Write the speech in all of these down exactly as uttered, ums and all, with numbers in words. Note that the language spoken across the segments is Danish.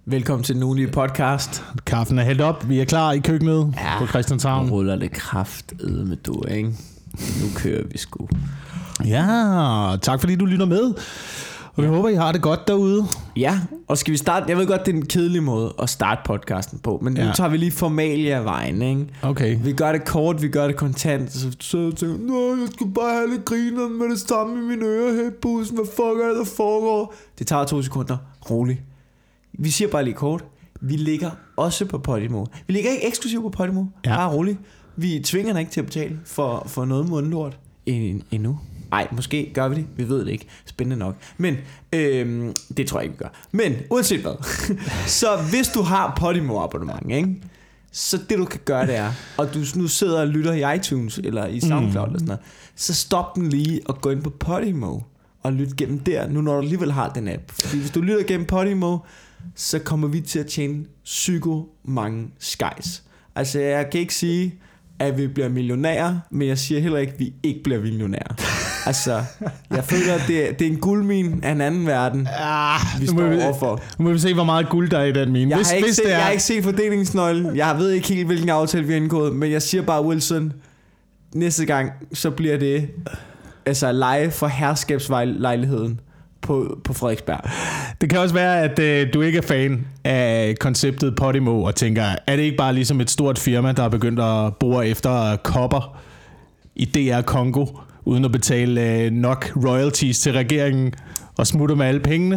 Velkommen til den ugenlige podcast. Kaffen er hældt op. Vi er klar i køkkenet ja, på Christianshavn. Nu ruller det kraftedeme med du, ikke? Nu kører vi sgu. Ja, tak fordi du lytter med. Og vi håber, I har det godt derude. Ja, og skal vi starte? Jeg ved godt, det er en kedelig måde at starte podcasten på, men ja. Nu tager vi lige formalia af vejen, ikke? Okay. Vi gør det kort, vi gør det kontant. Så så jeg tænker, nå, jeg skal bare have lidt griner med det samme i mine ører her i bussen. Hvad fuck er det, der foregår? Det tager to sekunder. Rolig. Vi siger bare lige kort. Vi ligger også på Podimo. Vi ligger ikke eksklusivt på Podimo. Ja. Bare rolig. Vi tvinger dig ikke til at betale for, for noget mundlort endnu. Nej, måske gør vi det. Vi ved det ikke. Spændende nok. Men øhm, det tror jeg ikke, vi gør. Men uanset hvad. Så hvis du har Podimo abonnement, ikke? Så det du kan gøre, det er, og du nu sidder og lytter i iTunes eller i SoundCloud mm. eller sådan noget, så stop den lige og gå ind på Podimo og lyt gennem der, nu når du alligevel har den app. Fordi hvis du lytter gennem Podimo, så kommer vi til at tjene psyko mange skejs. Altså jeg kan ikke sige, at vi bliver millionærer, men jeg siger heller ikke, at vi ikke bliver millionærer. Altså, jeg føler, at det er, det er en guldmine af en anden verden, ja, vi står vi, overfor. Nu må vi se, hvor meget guld der er i den mine. Jeg, hvis, har, ikke hvis set, det er... jeg har ikke set fordelingsnøglen. Jeg ved ikke helt, hvilken aftale vi har indgået, men jeg siger bare, Wilson, næste gang, så bliver det altså leje for herskabslejligheden på, på Frederiksberg. Det kan også være, at øh, du ikke er fan af konceptet Podimo og tænker, er det ikke bare ligesom et stort firma, der er begyndt at bore efter kopper i D R Congo, uden at betale øh, nok royalties til regeringen og smutter med alle pengene,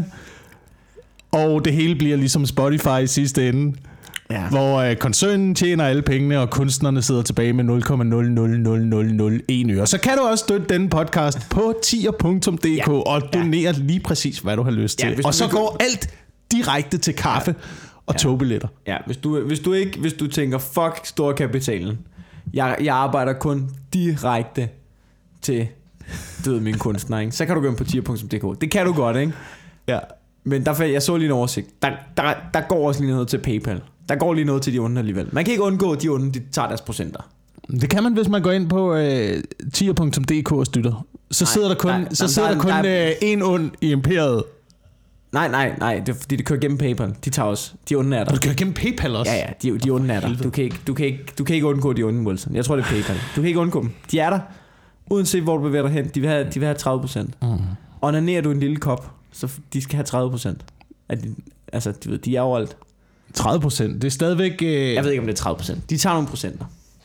og det hele bliver ligesom Spotify i sidste ende, ja. Hvor øh, koncernen tjener alle pengene, og kunstnerne sidder tilbage med nul komma nul nul nul nul nul en øre. Så kan du også støtte denne podcast på tier punktum d k ja. Og donere ja. Lige præcis, hvad du har lyst til. Ja, og så går alt direkte til kaffe ja. Og ja. Togbilletter. Ja, hvis du, hvis du ikke, hvis du tænker, fuck storkapitalen, jeg, jeg arbejder kun direkte til død min kunstner, ikke? Så kan du gå ind på tier punktum d k. Det kan du godt, ikke? Ja. Men der, jeg så lige en oversigt. Der, der, der går også lige noget til PayPal. Der går lige noget til de onde alligevel. Man kan ikke undgå, at de onde de tager deres procenter. Det kan man, hvis man går ind på øh, tier punktum d k og støtter. Så nej, sidder der kun, nej, så sidder der, der kun der, øh, en ond i imperiet. Nej, nej, nej. Det er fordi, det kører gennem PayPal. De tager også. De onde er der. Du kører gennem PayPal også? Ja, ja. De, de onde er der. Du kan, ikke, du, kan ikke, du kan ikke undgå de onde, Wilson. Jeg tror, det er PayPal. Du kan ikke undgå dem. De er der. Uanset hvor du bevæger dig hen. De vil have, de vil have tredive procent. Mm. Onanerer du en lille kop, så de skal have tredive procent. Altså, de, ved, de er overalt. tredive procent, det er stadigvæk... Øh... Jeg ved ikke, om det er tredive procent. De tager nogle procenter.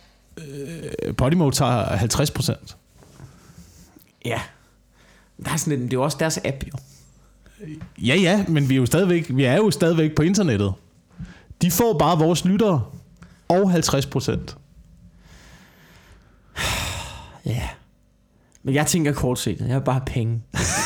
Øh, Podimo tager halvtreds procent. Ja. Der er sådan lidt, det er jo også deres app, jo. Ja, ja, men vi er jo stadigvæk, vi er jo stadigvæk på internettet. De får bare vores lyttere og halvtreds procent. Ja. Men jeg tænker kortsigtet. Jeg vil bare have penge.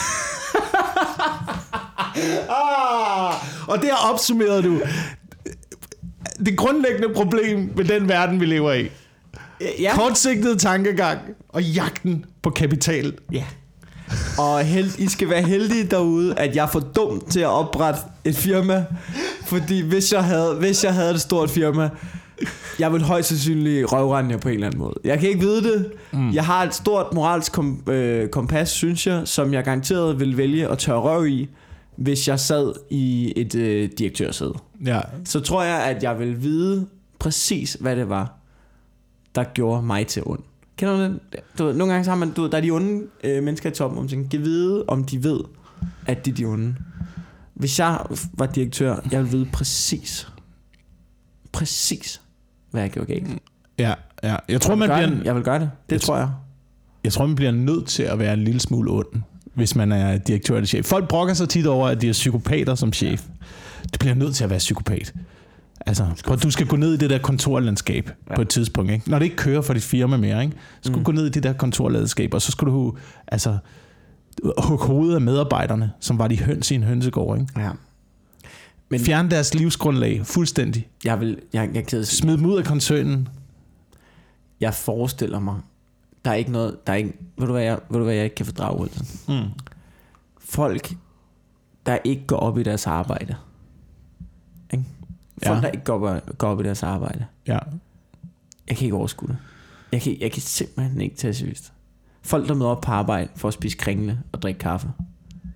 ah, og der opsummerede du det grundlæggende problem med den verden, vi lever i. Ja. Kortsigtet tankegang og jagten på kapital. Ja. Og held, I skal være heldige derude, at jeg er for dum til at oprette et firma. Fordi hvis jeg havde, hvis jeg havde et stort firma, jeg vil højst sandsynligt røvrende jer på en eller anden måde. Jeg kan ikke vide det. Mm. Jeg har et stort moralsk kom, øh, kompas, synes jeg, som jeg garanteret vil vælge at tørre røv i, hvis jeg sad i et øh, direktørsæde. Ja. Så tror jeg, at jeg vil vide præcis, hvad det var, der gjorde mig til ond. Kender du det? Du ved, nogle gange så har man, du ved, der er de onde øh, mennesker i toppen, om man kan vide, om de ved, at de er de onde. Hvis jeg var direktør, jeg ville vide præcis, præcis, hvad jeg gjorde galt. Ja, ja. Jeg tror, man bliver... Jeg vil gøre det. Det jeg tror jeg. Jeg tror, man bliver nødt til at være en lille smule ond, hvis man er direktør eller chef. Folk brokker sig tit over, at de er psykopater som chef. Du bliver nødt til at være psykopat. Altså, for du skal gå ned i det der kontorlandskab ja. På et tidspunkt, ikke? Når det ikke kører for dit firma mere, ikke? Så skal mm. du gå ned i det der kontorlandskab, og så skal du altså hugge hovedet af medarbejderne, som var de høns i en hønsegård, ikke? Ja. Men fjerne deres livsgrundlag fuldstændig. Jeg vil, jeg, jeg kan smid dem ud af koncernen. Jeg forestiller mig, der er ikke noget, der er ikke, ved du hvad jeg, ved du hvad jeg ikke kan fordrage, Wilson? Mm. Folk, der ikke går op i deres arbejde, ikke? Folk, ja. Der ikke går op, går op i deres arbejde. Ja. Jeg kan ikke overskue det. Jeg kan, jeg kan simpelthen ikke tage seriøst. Folk, der møder op på arbejde for at spise kringle og drikke kaffe.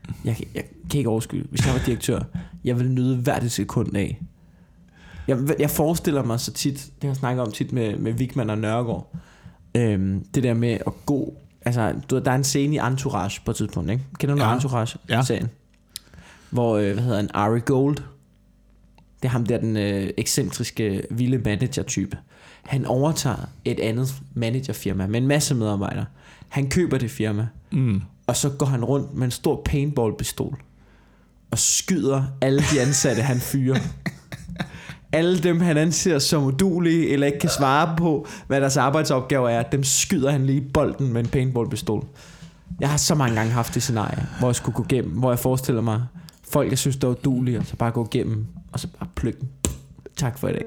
Jeg, jeg kan ikke overskue, hvis jeg var direktør. Jeg vil nyde hvert et sekund af. Jeg, jeg forestiller mig så tit, det har jeg snakket om tit med, med Vigman og Nørgaard, øhm, det der med at gå, altså du, der er en scene i Entourage på et tidspunkt, ikke? Kender du ja. Entourage-serien? Ja. Hvor, øh, hvad hedder han, Ari Gold, det er ham der, den øh, ekscentriske, vilde manager-type. Han overtager et andet managerfirma med en masse medarbejdere. Han køber det firma, mm. og så går han rundt med en stor paintball-pistol og skyder alle de ansatte, han fyrer. Alle dem, han anser som udulige eller ikke kan svare på, hvad deres arbejdsopgaver er, dem skyder han lige i bolden med en paintball-pistol. Jeg har så mange gange haft det scenarie, hvor jeg skulle gå igennem, hvor jeg forestiller mig, folk, jeg synes, der er udulige, og så bare gå igennem, og så bare plukke dem. Tak for i dag.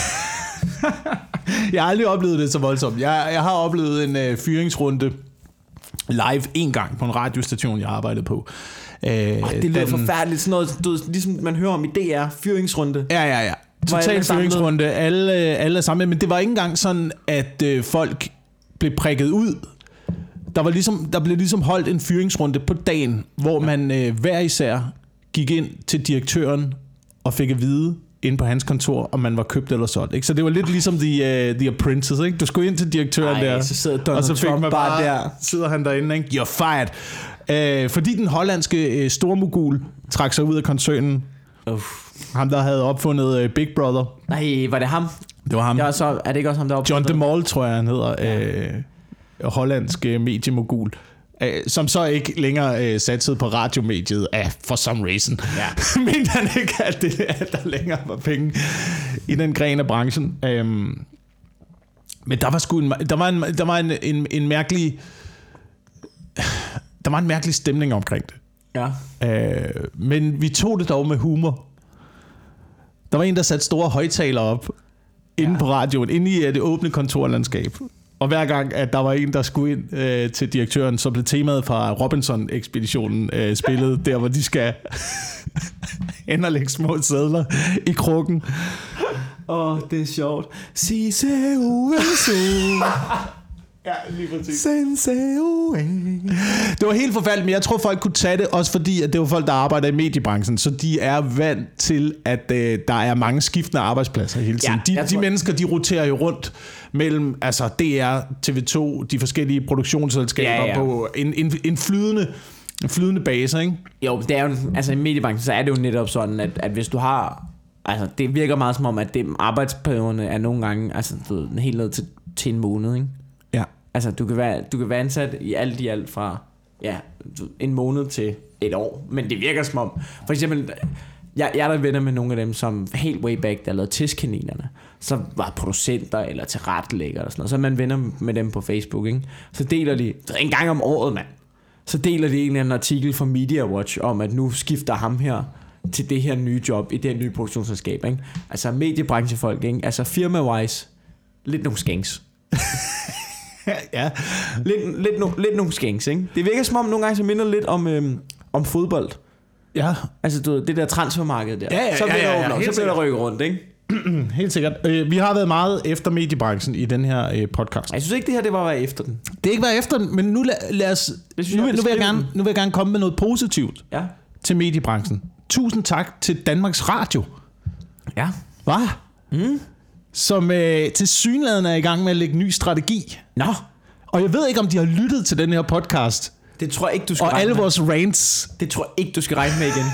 Jeg har aldrig oplevet det så voldsomt. Jeg, jeg har oplevet en øh, fyringsrunde live en gang på en radiostation, jeg arbejdede på. Øh, oh, det lyder den... forfærdeligt. Sådan noget, du, ligesom man hører om i D R, fyringsrunde. Ja, ja, ja. Total fyringsrunde. Alle, alle er sammen. Men det var ikke engang sådan, at øh, folk blev prikket ud. Der, var ligesom, der blev ligesom holdt en fyringsrunde på dagen, hvor man øh, hver især gik ind til direktøren og fik at vide inde på hans kontor, om man var købt eller solgt. Ikke? Så det var lidt ligesom The, uh, the Apprentice. Ikke? Du skulle ind til direktøren Ej, der, så sidder Donald og så fik Trump man bare, der. sidder han derinde, ikke? You're fired. Uh, fordi den hollandske uh, stormogul trak sig ud af koncernen. Uff. Ham, der havde opfundet uh, Big Brother. Nej, var det ham? Det var ham. Det var så, er det ikke også ham, der opfundet? John de Mol, tror jeg, han hedder. Ja. Uh, hollandsk uh, mediemogul. Som så ikke længere øh, satsede på radiomediet af for some reason. Ja. Mente han ikke, at, det, at der længere var penge i den gren af branchen. Øhm, men der var sgu en, der var en, der var en, en, en mærkelig der var en mærkelig stemning omkring det. Ja. Øh, men vi tog det dog med humor. Der var en, der satte store højtalere op inde ja. på radioen, inde i det åbne kontorlandskab. Og hver gang, at der var en, der skulle ind øh, til direktøren, så blev temaet fra Robinson-ekspeditionen øh, spillet, der hvor de skal ind og lægge små sædler i krukken. Åh, oh, det er sjovt. Si se u Ja, lige præcis. Det var helt forfærdeligt, men jeg tror, folk kunne tage det, også fordi, at det var folk, der arbejder i mediebranchen, så de er vant til, at øh, der er mange skiftende arbejdspladser hele tiden. Ja, de, tror... de mennesker, de roterer jo rundt mellem altså D R, T V to, de forskellige produktionsselskaber ja, ja. på en, en, en flydende en flydende base, ikke? Jo, det er jo, altså i mediebranchen, så er det jo netop sådan, at, at hvis du har, altså det virker meget som om, at det, arbejdsperioderne er nogle gange, altså helt ned til, til en måned, ikke? Ja. Altså du kan være, du kan være ansat i alt i alt fra ja, en måned til et år, men det virker som om, for eksempel, jeg, jeg er der venner med nogle af dem, som helt way back, der lavede Testkaninerne, så var producenter eller tilrettelæggere og sådan noget, så man venner med dem på Facebook, ikke? Så deler de, en gang om året, mand, så deler de en eller anden artikel fra Media Watch om, at nu skifter ham her til det her nye job i det her nye produktionsselskab, ikke? Altså mediebranchefolk, ikke? Altså firma-wise, lidt nogle skænks. Ja. Lidt, lidt, no, lidt nogle skænks, ikke? Det virker som om nogle gange så minder lidt om, øhm, om fodbold. Ja. Altså du, det der transfermarked der. Ja, ja, så bliver ja, ja, ja, der åbner, så bliver der rykket rundt, ikke? Helt sikkert. Øh, vi har været meget efter mediebranchen i den her øh, podcast. Jeg synes ikke det her det var at være efter den. Det er ikke være efter den, men nu lad, lad os nu, nu, vil jeg gerne, nu vil jeg gerne komme med noget positivt ja. til mediebranchen. Tusind tak til Danmarks Radio. Ja. Hvad? Mm. Som øh, til synligheden er i gang med at lægge ny strategi. Nå. Og jeg ved ikke, om de har lyttet til den her podcast. Det tror jeg ikke, du skal og alle med. Vores rants. Det tror jeg ikke, du skal regne med igen.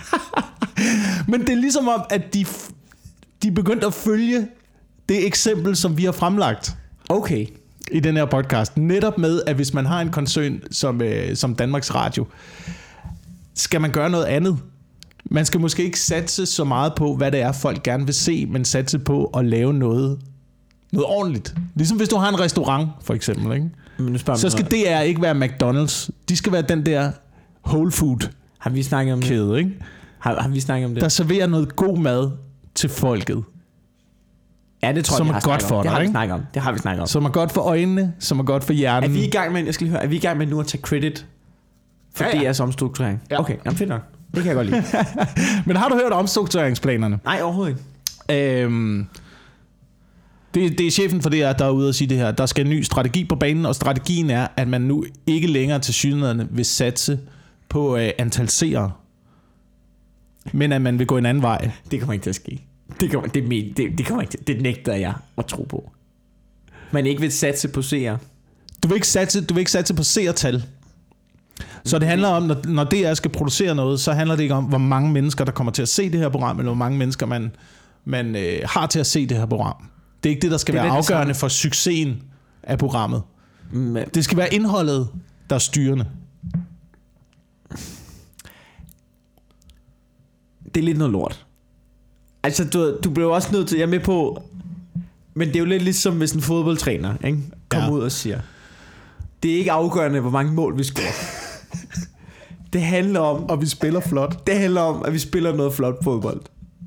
Men det er ligesom om, at de, de er begyndt at følge det eksempel, som vi har fremlagt. Okay. I den her podcast. Netop med, at hvis man har en koncern som, øh, som Danmarks Radio, skal man gøre noget andet. Man skal måske ikke satse så meget på, hvad det er, folk gerne vil se, men satse på at lave noget, noget ordentligt. Ligesom hvis du har en restaurant, for eksempel, ikke? Men så skal D R ikke være McDonald's. De skal være den der Whole Food har vi snakket om kæde, det? Ikke? Har, har vi snakket om det? Der serverer noget god mad til folket. Ja, det tror som jeg, er godt for dig, det har vi ikke? snakket om. Det har vi snakket om. Som er godt for øjnene, som er godt for hjernen. Er vi i gang med, jeg skal lige høre, er vi i gang med nu at tage credit for ja, ja. D R's omstrukturering? Ja. Okay, jamen fedt nok. Det kan jeg godt lide. Men har du hørt omstruktureringsplanerne? Nej, overhovedet ikke. Øhm, det, det er chefen for D R, der er ude og sige det her. Der skal en ny strategi på banen, og strategien er, at man nu ikke længere til synligheden vil satse på øh, antal seere, men at man vil gå en anden vej. Det kommer ikke til at ske. Det kommer, det, det, det kommer ikke til, det nægter jeg at tro på. Man ikke vil satse på seere. Du vil ikke satse, du vil ikke satse på seertal. Så det handler om, når, når D R skal producere noget, så handler det ikke om, hvor mange mennesker, der kommer til at se det her program, eller hvor mange mennesker, man, man øh, har til at se det her program. Det er ikke det, der skal det være det afgørende for succesen af programmet. Men det skal være indholdet, der er styrende. Det er lidt noget lort. Altså, du, du bliver også nødt til, jeg er med på, men det er jo lidt ligesom, hvis en fodboldtræner ikke, kommer ja. ud og siger, det er ikke afgørende, hvor mange mål vi scorer. Det handler om, og vi spiller flot. Det handler om, at vi spiller noget flot fodbold.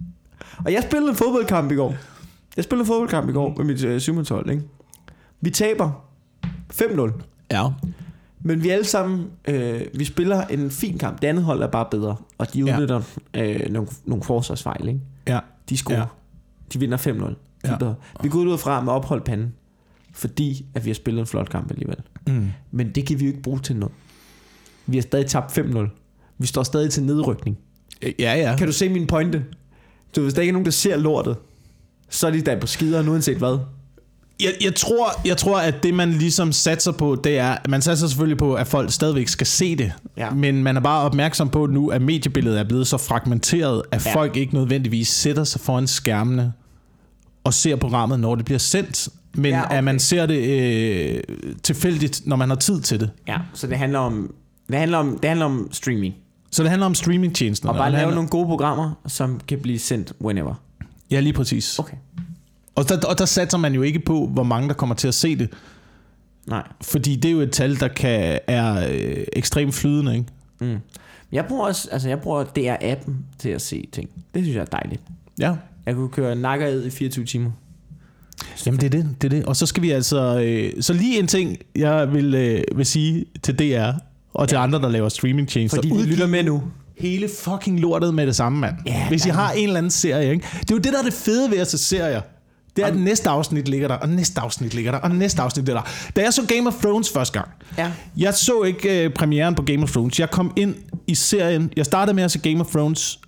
Og jeg spillede en fodboldkamp i går. Jeg spillede en fodboldkamp i går med mit øh, syv-mandshold, ikke? Vi taber fem nul. Ja. Men vi alle sammen, øh, vi spiller en fin kamp. Det andet hold er bare bedre. Og de udnytter ja. øh, nogle, nogle forsvarsfejl, ikke? Ja. De scorer. Ja. De vinder fem nul. Ja. Vi går ud fra med opholdt panden, fordi at vi har spillet en flot kamp alligevel. Mm. Men det kan vi jo ikke bruge til noget. Vi har stadig tabt fem nul. Vi står stadig til nedrykning. Ja, ja. Kan du se min pointe? Så hvis der ikke er nogen, der ser lortet, så er de der på skideren, uanset hvad. Jeg, jeg, tror, jeg tror, at det man ligesom satser på, det er, man satser selvfølgelig på, at folk stadigvæk skal se det. Ja. Men man er bare opmærksom på nu, at mediebilledet er blevet så fragmenteret, at ja. folk ikke nødvendigvis sætter sig foran skærmene og ser programmet, når det bliver sendt. Men ja, okay. at man ser det øh, tilfældigt, når man har tid til det. Ja, så det handler om, det handler om, det handler om streaming. Så det handler om streamingtjenester. Og bare lave handler... nogle gode programmer, som kan blive sendt whenever. Ja, lige præcis. Okay. Og der, og der satser man jo ikke på, hvor mange der kommer til at se det. Nej. Fordi det er jo et tal, der kan, er øh, ekstremt flydende, ikke? Mm. Jeg bruger også, altså jeg bruger D R-appen til at se ting. Det synes jeg er dejligt. Ja. Jeg kunne køre nakkered i fireogtyve timer. Jamen det er det, det er det. Og så skal vi altså, øh, så lige en ting, jeg vil, øh, vil sige til D R og til ja. andre, der laver streamingtjenester. Fordi de lytter med nu. Hele fucking lortet med det samme, mand. Ja, hvis I har en eller anden serie, ikke? Det er jo det, der er det fede ved at se serier. Det er, at næste afsnit ligger der, og næste afsnit ligger der, og næste afsnit ligger der. Da jeg så Game of Thrones første gang, ja. jeg så ikke uh, premieren på Game of Thrones. Jeg kom ind i serien, jeg startede med at se Game of Thrones,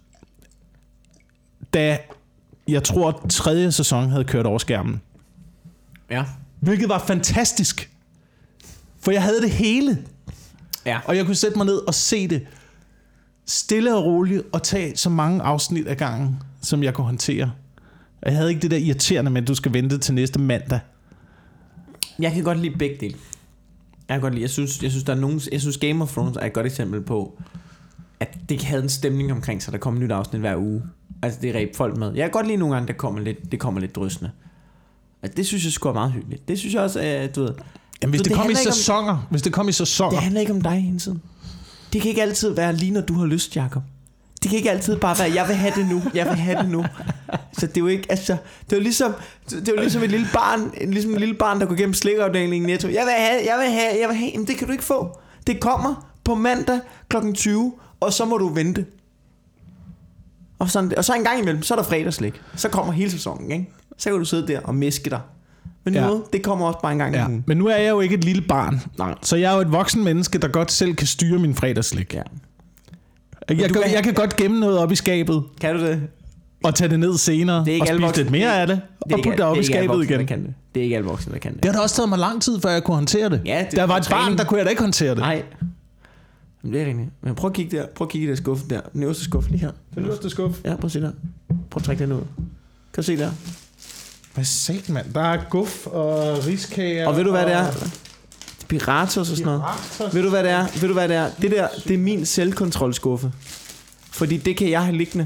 da jeg tror, tredje sæson havde kørt over skærmen. Ja. Hvilket var fantastisk. For jeg havde det hele. Ja. Og jeg kunne sætte mig ned og se det stille og roligt, og tage så mange afsnit af gangen, som jeg kunne håndtere. Jeg havde ikke det der irriterende med, at du skal vente til næste mandag. Jeg kan godt lide begge dele. Jeg kan godt lide. Jeg synes, jeg synes der er nogen. Jeg synes Game of Thrones er et godt eksempel på, at det havde en stemning omkring sig. Der kommer et nyt afsnit hver uge. Altså det ræb folk med. Jeg kan godt lide nogle gange, der kommer lidt, det kommer lidt drøsende. Altså, det synes jeg sgu er meget hyggeligt. Det synes jeg også, at du ved. Jamen hvis du, det, det kom i sæsoner, om, hvis det kom i sæsoner. Det handler ikke om dig hele tiden. Det kan ikke altid være lige når du har lyst, Jacob. Det kan ikke altid bare være, jeg vil have det nu, jeg vil have det nu. Så det er jo ikke, altså, det er jo ligesom, det er jo ligesom et lille barn, ligesom et lille barn, der går gennem slikafdelingen i Netto. Jeg vil have, jeg vil have, jeg vil have, men det kan du ikke få. Det kommer på mandag klokken tyve, og så må du vente. Og, sådan, og så en gang imellem, så er der fredagslik. Så kommer hele sæsonen, ikke? Så kan du sidde der og mæske dig. Men ja. nu, det kommer også bare en gang ja. imellem. Men nu er jeg jo ikke et lille barn. Nej. Så jeg er jo et voksen menneske, der godt selv kan styre min fredagslik. Ja. Jeg, jeg, kan, jeg kan godt gemme noget op i skabet. Kan du det? Og tage det ned senere. Det og spise lidt mere af det. det og putte det op i skabet voksne, igen. Kan det. det er ikke alle voksne, der kan det. Det har da også taget mig lang tid, før jeg kunne håndtere det. Ja, det der var et barn, der kunne jeg da ikke håndtere det. Nej. Men det er rigtigt. Men prøv at kigge der. Prøv at kigge i der skuffe der. Den øverste skuffe lige her. Den øverste skuffe? Ja, prøv at se der. Prøv at trække den ud. Kan du se der? Hvad sat, mand? Der er guf og riskager. Og ved du hvad det er? Piratos og sådan noget. Ved du hvad det er? Ved du hvad det er? Det der, det er min selvkontrolskuffe. Fordi det kan jeg have liggende.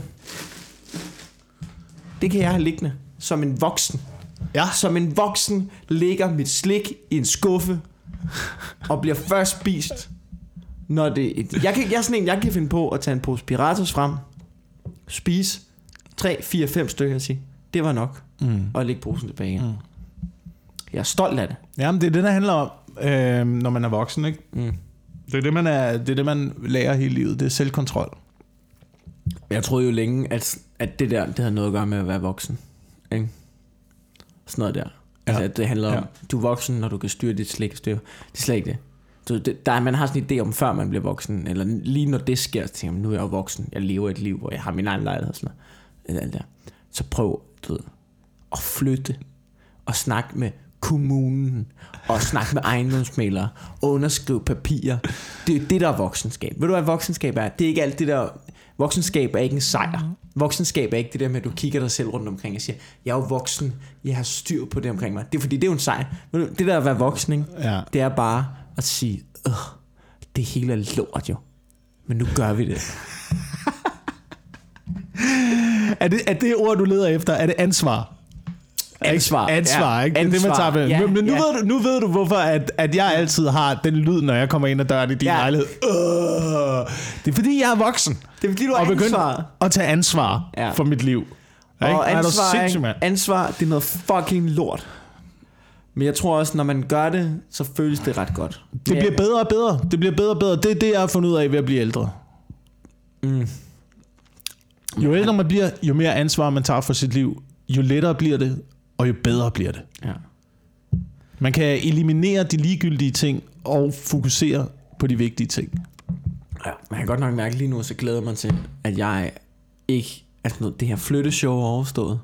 Det kan jeg have liggende som en voksen. Ja. Som en voksen ligger mit slik i en skuffe og bliver først spist, når det. Jeg kan, jeg er sådan en, jeg kan finde på at tage en pose Piratos frem, spise tre, fire, fem stykker og sige, det var nok, mm. og lægge posen tilbage igen. Mm. Jeg er stolt af det. Jamen det er det, der handler om, øh, når man er voksen, ikke? Mm. Det er det, man er. Det er det, man lærer hele livet. Det er selvkontrol. Jeg troede jo længe, at, at det der, det havde noget at gøre med at være voksen, ikke? Sådan noget der. Ja. Altså, det handler om, ja. du er voksen, når du kan styre dit slik. Styre. Det er slet ikke det. Du, det, der, man har sådan en idé om, før man bliver voksen, eller lige når det sker, så tænker man, nu er jeg jo voksen, jeg lever et liv, hvor jeg har min egen lejlighed og sådan noget. Alt der. Så prøv du ved, at flytte og snakke med kommunen og snakke med ejendomsmælere og underskrive papirer. Det er det, der er voksenskab. Ved du, hvad voksenskab er? Det er ikke alt det der. Voksenskab er ikke en sejr. Voksenskab er ikke det der med, at du kigger dig selv rundt omkring og siger, jeg er jo voksen, jeg har styr på det omkring mig. Det er fordi, det er jo en sejr. Det der at være voksen, ikke? Ja. Det er bare at sige, øh, det hele er lort jo, men nu gør vi det. er det. Er det ord, du leder efter? Er det ansvar? Ansvar. Ansvar, ja. ikke? Det er det, man tager med. Ja, men nu, ja. ved du, nu ved du, hvorfor at, at jeg altid har den lyd, når jeg kommer ind ad døren i din ja. lejlighed. Øh, det er fordi, jeg er voksen. Det er fordi, du har ansvar. At tage ansvar ja. for mit liv. Og ikke? ansvar, er sindssygt, ansvar, det er noget fucking lort. Men jeg tror også, når man gør det, så føles det ret godt. Det bliver jeg... bedre og bedre. Det bliver bedre og bedre. Det er det, jeg har fundet ud af ved at blive ældre. Mm. Jo ældre man bliver, jo mere ansvar man tager for sit liv, jo lettere bliver det, og jo bedre bliver det. Ja. Man kan eliminere de ligegyldige ting og fokusere på de vigtige ting. Ja, man kan godt nok mærke lige nu, så glæder man til, at jeg ikke, altså det her flytteshow er overstået.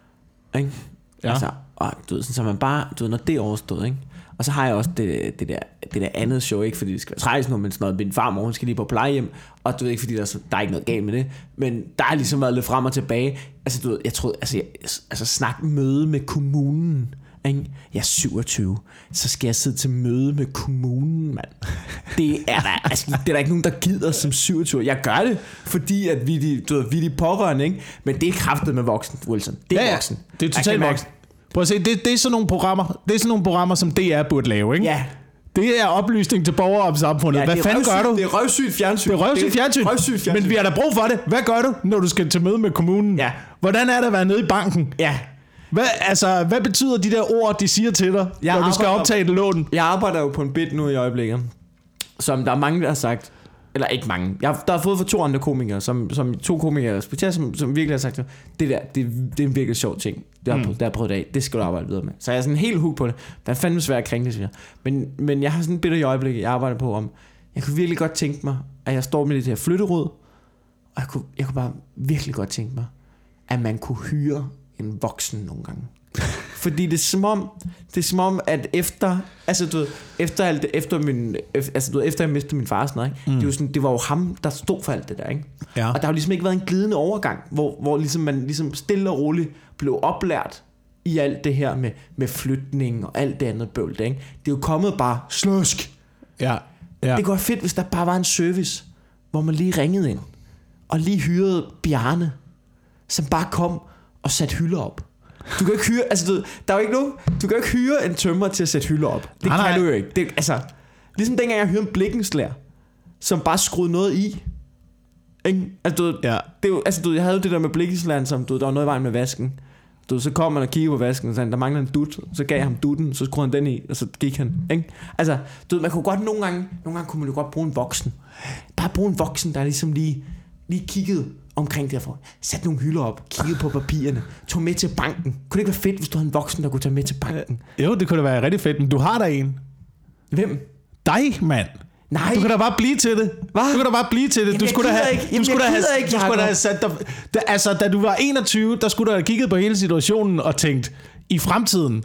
Ikke? Ja. Altså, og du ved, så man bare, du ved, når det er overstået, ikke? Og så har jeg også det, det, der, det der andet show, ikke fordi det skal være træls nu, men sådan noget, min farmor, hun skal lige på plejehjem, og du ved ikke, fordi der er, der er ikke noget galt med det, men der er ligesom været lidt frem og tilbage. Altså du ved, jeg troede, altså, jeg, altså snak møde med kommunen, ikke? Jeg er syvogtyve, så skal jeg sidde til møde med kommunen, mand. Det er der, altså, det er der ikke nogen, der gider som syvogtyve. Jeg gør det, fordi at vi er de, du ved, vi er de pårørende, ikke? Men det er kraftet med voksen, Wilson. Det er ja, ja. voksen. Det er totalt voksen. Prøv at se, det, det er sådan nogle programmer, det er sådan nogle programmer, som D R burde lave, ikke? Ja. Det er oplysning til borgere om samfundet. Ja, hvad fanden gør du? Det er røvsygt fjernsyn. Det er røvsygt fjernsyn. Røvsygt fjernsyn. Men vi har da brug for det. Hvad gør du, når du skal til møde med kommunen? Ja. Hvordan er det at være nede i banken? Ja. Hvad, altså, hvad betyder de der ord, de siger til dig, jeg når du skal optage et lån? Jeg arbejder jo på en bit nu i øjeblikket, som der er mange, der har sagt, eller ikke mange, jeg har, der har fået for to andre komikere, som, som to komikere, som, som virkelig har sagt, det der, det, det er en virkelig sjov ting, det har, mm. det har prøvet af, det skal du arbejde videre med. Så jeg er sådan helt hook på det. Det er fandme svært at krænke det, siger. Men, men jeg har sådan en bit i øjeblikket, jeg arbejder på om, jeg kunne virkelig godt tænke mig, at jeg står med det her flytteråd, og jeg kunne, jeg kunne bare virkelig godt tænke mig, at man kunne hyre en voksen nogle gange. Fordi det er som om, det er som om at efter, altså du ved, efter alt det, efter min, altså du ved, efter jeg mistede min far, sådan noget, ikke? Mm. Det var sådan, det var jo ham, der stod for alt det der, ikke? Ja. Og der har jo ligesom ikke været en glidende overgang, hvor, hvor ligesom man ligesom stille og roligt blev oplært i alt det her med, med flytning og alt det andet bøvl, ikke? Det er jo kommet bare sløsk. Ja. Ja. Det kunne være fedt, hvis der bare var en service, hvor man lige ringede ind og lige hyrede Bjarne, som bare kom og satte hylder op. Du kan ikke hyre, altså du, der er jo ikke nogen, du kan ikke hyre en tømrer til at sætte hylder op. Det nej, kan nej. du jo ikke. Det, altså, ligesom dengang jeg hyrede en blikkenslager, som bare skruede noget i. Ikke? Altså, du, ja. det er jo, altså du, jeg havde jo det der med blikkenslageren, som du, der var noget i vejen med vasken. Du, så kom man og kiggede på vasken, og sagde, der mangler en dut. Så gav jeg ham dutten, så skruede han den i, og så gik han. Ikke? Altså, du, man kunne godt nogle gange, nogle gange kunne man jo godt bruge en voksen. Bare bruge en voksen, der ligesom lige, lige kiggede omkring derfor. Sat nogle hylder op, kiggede på papirerne, tog med til banken. Kunne det ikke være fedt, hvis du havde en voksen, der kunne tage med til banken? Jo, det kunne da være rigtig fedt, men du har der en. Hvem? Dig, mand. Nej. Du kan da bare blive til det. Hvad? Du kan da bare blive til det. Jamen, du skulle da have, ikke. Jamen, du skulle da have, ikke, du skulle da have sat dig, da, altså, da du var enogtyve, der skulle du have kigget på hele situationen og tænkt, i fremtiden,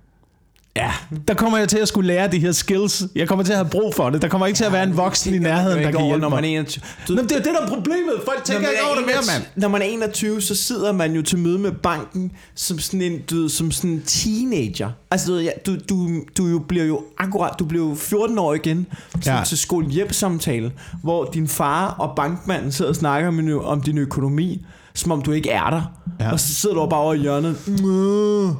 ja, der kommer jeg til at skulle lære de her skills. Jeg kommer til at have brug for det. Der kommer ikke til at være en voksen i nærheden, der kan hjælpe mig. Når man er enogtyve. Du, Nå, det er det, der er problemet. Folk tænker ikke over det mere, mand. Når man er enogtyve, så sidder man jo til møde med banken som sådan en, du ved, som sådan en teenager. Altså, du, du, du, du jo bliver jo akkurat, du bliver jo fjorten år igen til, ja. til skole-hjem-samtale, hvor din far og bankmanden sidder og snakker med, om din økonomi, som om du ikke er der. Ja. Og så sidder du bare over i hjørnet. Nå.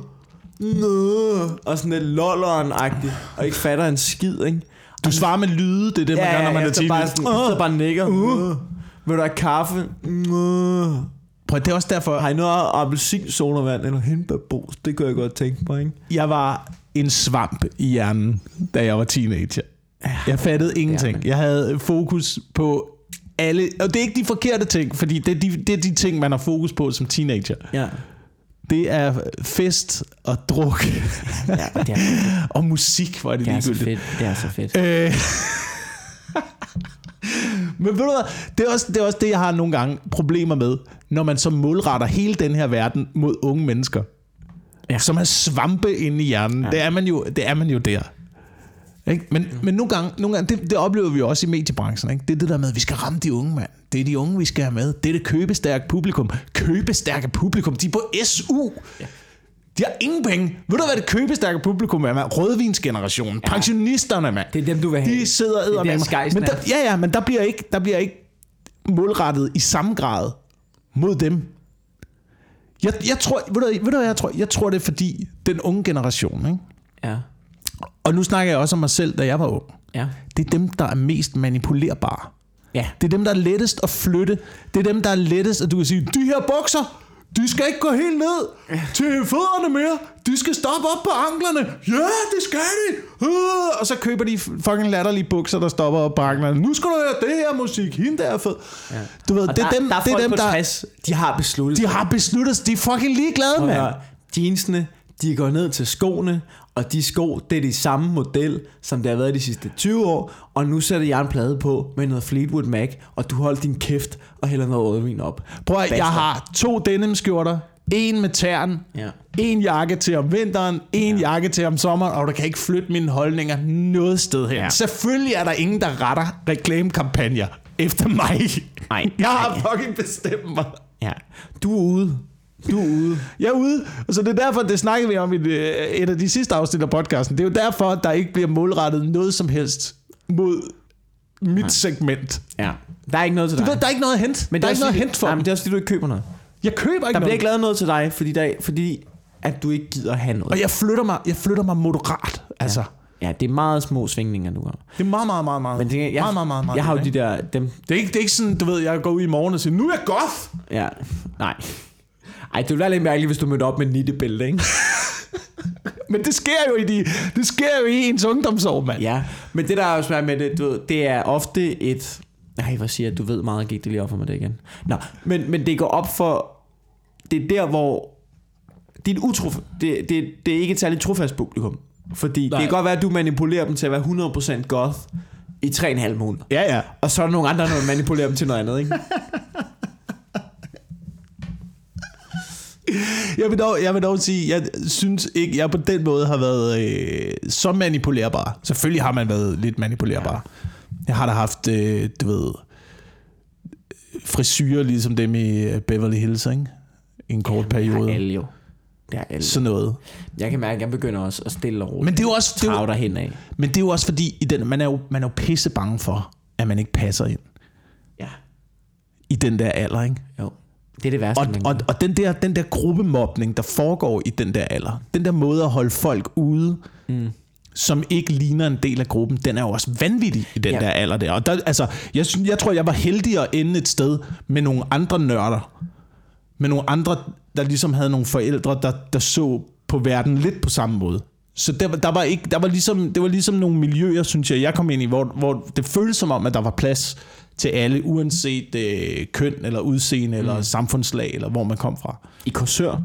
Nå, og sådan lidt lolleren-agtigt, og ikke fatter en skid, ikke? Du svarer med lyde, det er det, man ja, gør, når man er teenager. Så bare, bare nikker. Uh. Vil du have kaffe? Uh. Prøv, det er også derfor. Har I noget appelsinsodavand eller hindbærbrus? Det kunne jeg godt tænke på, ikke? Jeg var en svamp i hjernen, da jeg var teenager. Jeg fattede ingenting. Ja, men... Jeg havde fokus på alle, og det er ikke de forkerte ting, fordi det er de, det er de ting, man har fokus på som teenager. Ja. Det er fest og druk. Ja, det er, og musik, hvor er det, det er så ligegyldigt. fedt. Det er så fedt. Øh. Men ved du hvad, det er, også, det er også det, jeg har nogle gange problemer med, når man så målretter hele den her verden mod unge mennesker, ja. Som er svampe inde i hjernen. Ja. Det, er man jo, det er man jo der. Ikke? Men, mm. men nogle gange, nogle gange det, det oplever vi jo også i mediebranchen. Ikke? Det er det der med, at vi skal ramme de unge, mand. Det er de unge, vi skal have med. Det er det købestærke publikum. Købestærke publikum. De er på S U. Ja. De har ingen penge. Ved du, hvad det købestærke publikum er, mand? Rødvinsgenerationen. Ja. Pensionisterne, mand. Det er dem, du vil have. De sidder æder med mig. Men der, ja, ja, men der bliver, ikke, der bliver ikke målrettet i samme grad mod dem. Jeg, jeg tror, ved du, ved du hvad jeg tror? Jeg tror, det er fordi, den unge generation, ikke? Ja. Og nu snakker jeg også om mig selv, da jeg var ung. Ja. Det er dem, der er mest manipulerbare. Ja. Det er dem, der er lettest at flytte. Det er dem, der er lettest, at du kan sige, de her bukser, de skal ikke gå helt ned til fødderne mere. De skal stoppe op på anklerne. Ja, det skal de. Og så køber de fucking latterlige bukser, der stopper op på anklerne. Nu skal du høre det her musik. Hende der er fed. Ja. Du ved, og det er der, dem, der er det er dem, der tres, de har besluttet. De har besluttet, de er fucking ligeglade, mand. Jeansene, de går ned til skoene, og de sko, det er de samme model, som det har været de sidste tyve år, og nu sætter jeg en plade på med noget Fleetwood Mac, og du holder din kæft og hælder noget rødvin op. Prøv at, jeg har to denimskjorter, en med tern, ja. En jakke til om vinteren, en ja. Jakke til om sommeren, og du kan ikke flytte mine holdninger noget sted hen. Ja. Selvfølgelig er der ingen, der retter reklamekampagner efter mig. Nej. Jeg har fucking bestemt mig. Ja. Du er ude. Du er ude. Jeg er ude. Og så det er derfor, det snakkede vi om i et af de sidste afsnit af podcasten. Det er jo derfor, at der ikke bliver målrettet noget som helst mod mit Nej. Segment. Ja. Der er ikke noget til dig. Du ved, der er ikke noget at hente. Men der er ikke noget at hente for. Nej, men det er også fordi, du ikke køber noget. Jeg køber ikke der noget. Der bliver ikke lavet noget til dig, fordi, der, fordi at du ikke gider have noget. Og jeg flytter mig, jeg flytter mig moderat. Altså. Ja. Ja, det er meget små svingninger, du har. Det er meget, meget, meget, meget. Men det, jeg, meget, meget, meget, meget. Jeg har jo de der... Dem. Det, er ikke, det er ikke sådan, du ved, jeg går ud i morgen og siger, nu er jeg goth. Ja, nej. Ej, det ville være lidt mærkeligt, hvis du mødte op med en nittebælte, ikke? Men det sker jo i de, det sker jo i ens ungdomsår, mand. Ja, men det der er jo svært med det, du ved, det er ofte et... Nej, hvad siger jeg? Du ved meget, gik det lige op for mig det igen. Nå, men, men det går op for... Det er der, hvor... Det er, et utro, det, det, det er ikke et særligt trofast publikum. Fordi Nej. Det kan godt være, at du manipulerer dem til at være hundrede procent goth i tre og en halv måned. Ja, ja. Og så er der nogle andre, der manipulerer dem til noget andet, ikke? Jeg vil, dog, jeg vil dog sige, jeg synes ikke, jeg på den måde har været øh, så manipulerbar. Selvfølgelig har man været lidt manipulerbar. Ja. Jeg har da haft, øh, du ved, frisyrer ligesom dem i Beverly Hills, ikke? I en kort Jamen, periode. Det er alle jo. Det er alle. Sådan noget. Jeg kan mærke, at jeg begynder også at stille og roligt. Men det er jo også, trage derhen af. Men det er jo også fordi, i den, man, er jo, man er jo pisse bange for, at man ikke passer ind. Ja. I den der alder, ikke? Jo. Det er det værste. Og, og, og den der, den der gruppemobning, der foregår i den der alder, den der måde at holde folk ude, mm. som ikke ligner en del af gruppen, den er jo også vanvittig i den ja. Der alder der. Og der, altså, jeg, synes, jeg tror, jeg var heldig at ende et sted med nogle andre nørder, med nogle andre, der ligesom havde nogle forældre, der, der så på verden lidt på samme måde. Så der, der var ikke, der var ligesom, det var ligesom nogle miljøer, synes jeg, jeg kom ind i, hvor, hvor det føltes som om, at der var plads til alle, uanset øh, køn eller udseende mm. eller samfundslag, eller hvor man kom fra. I Korsør?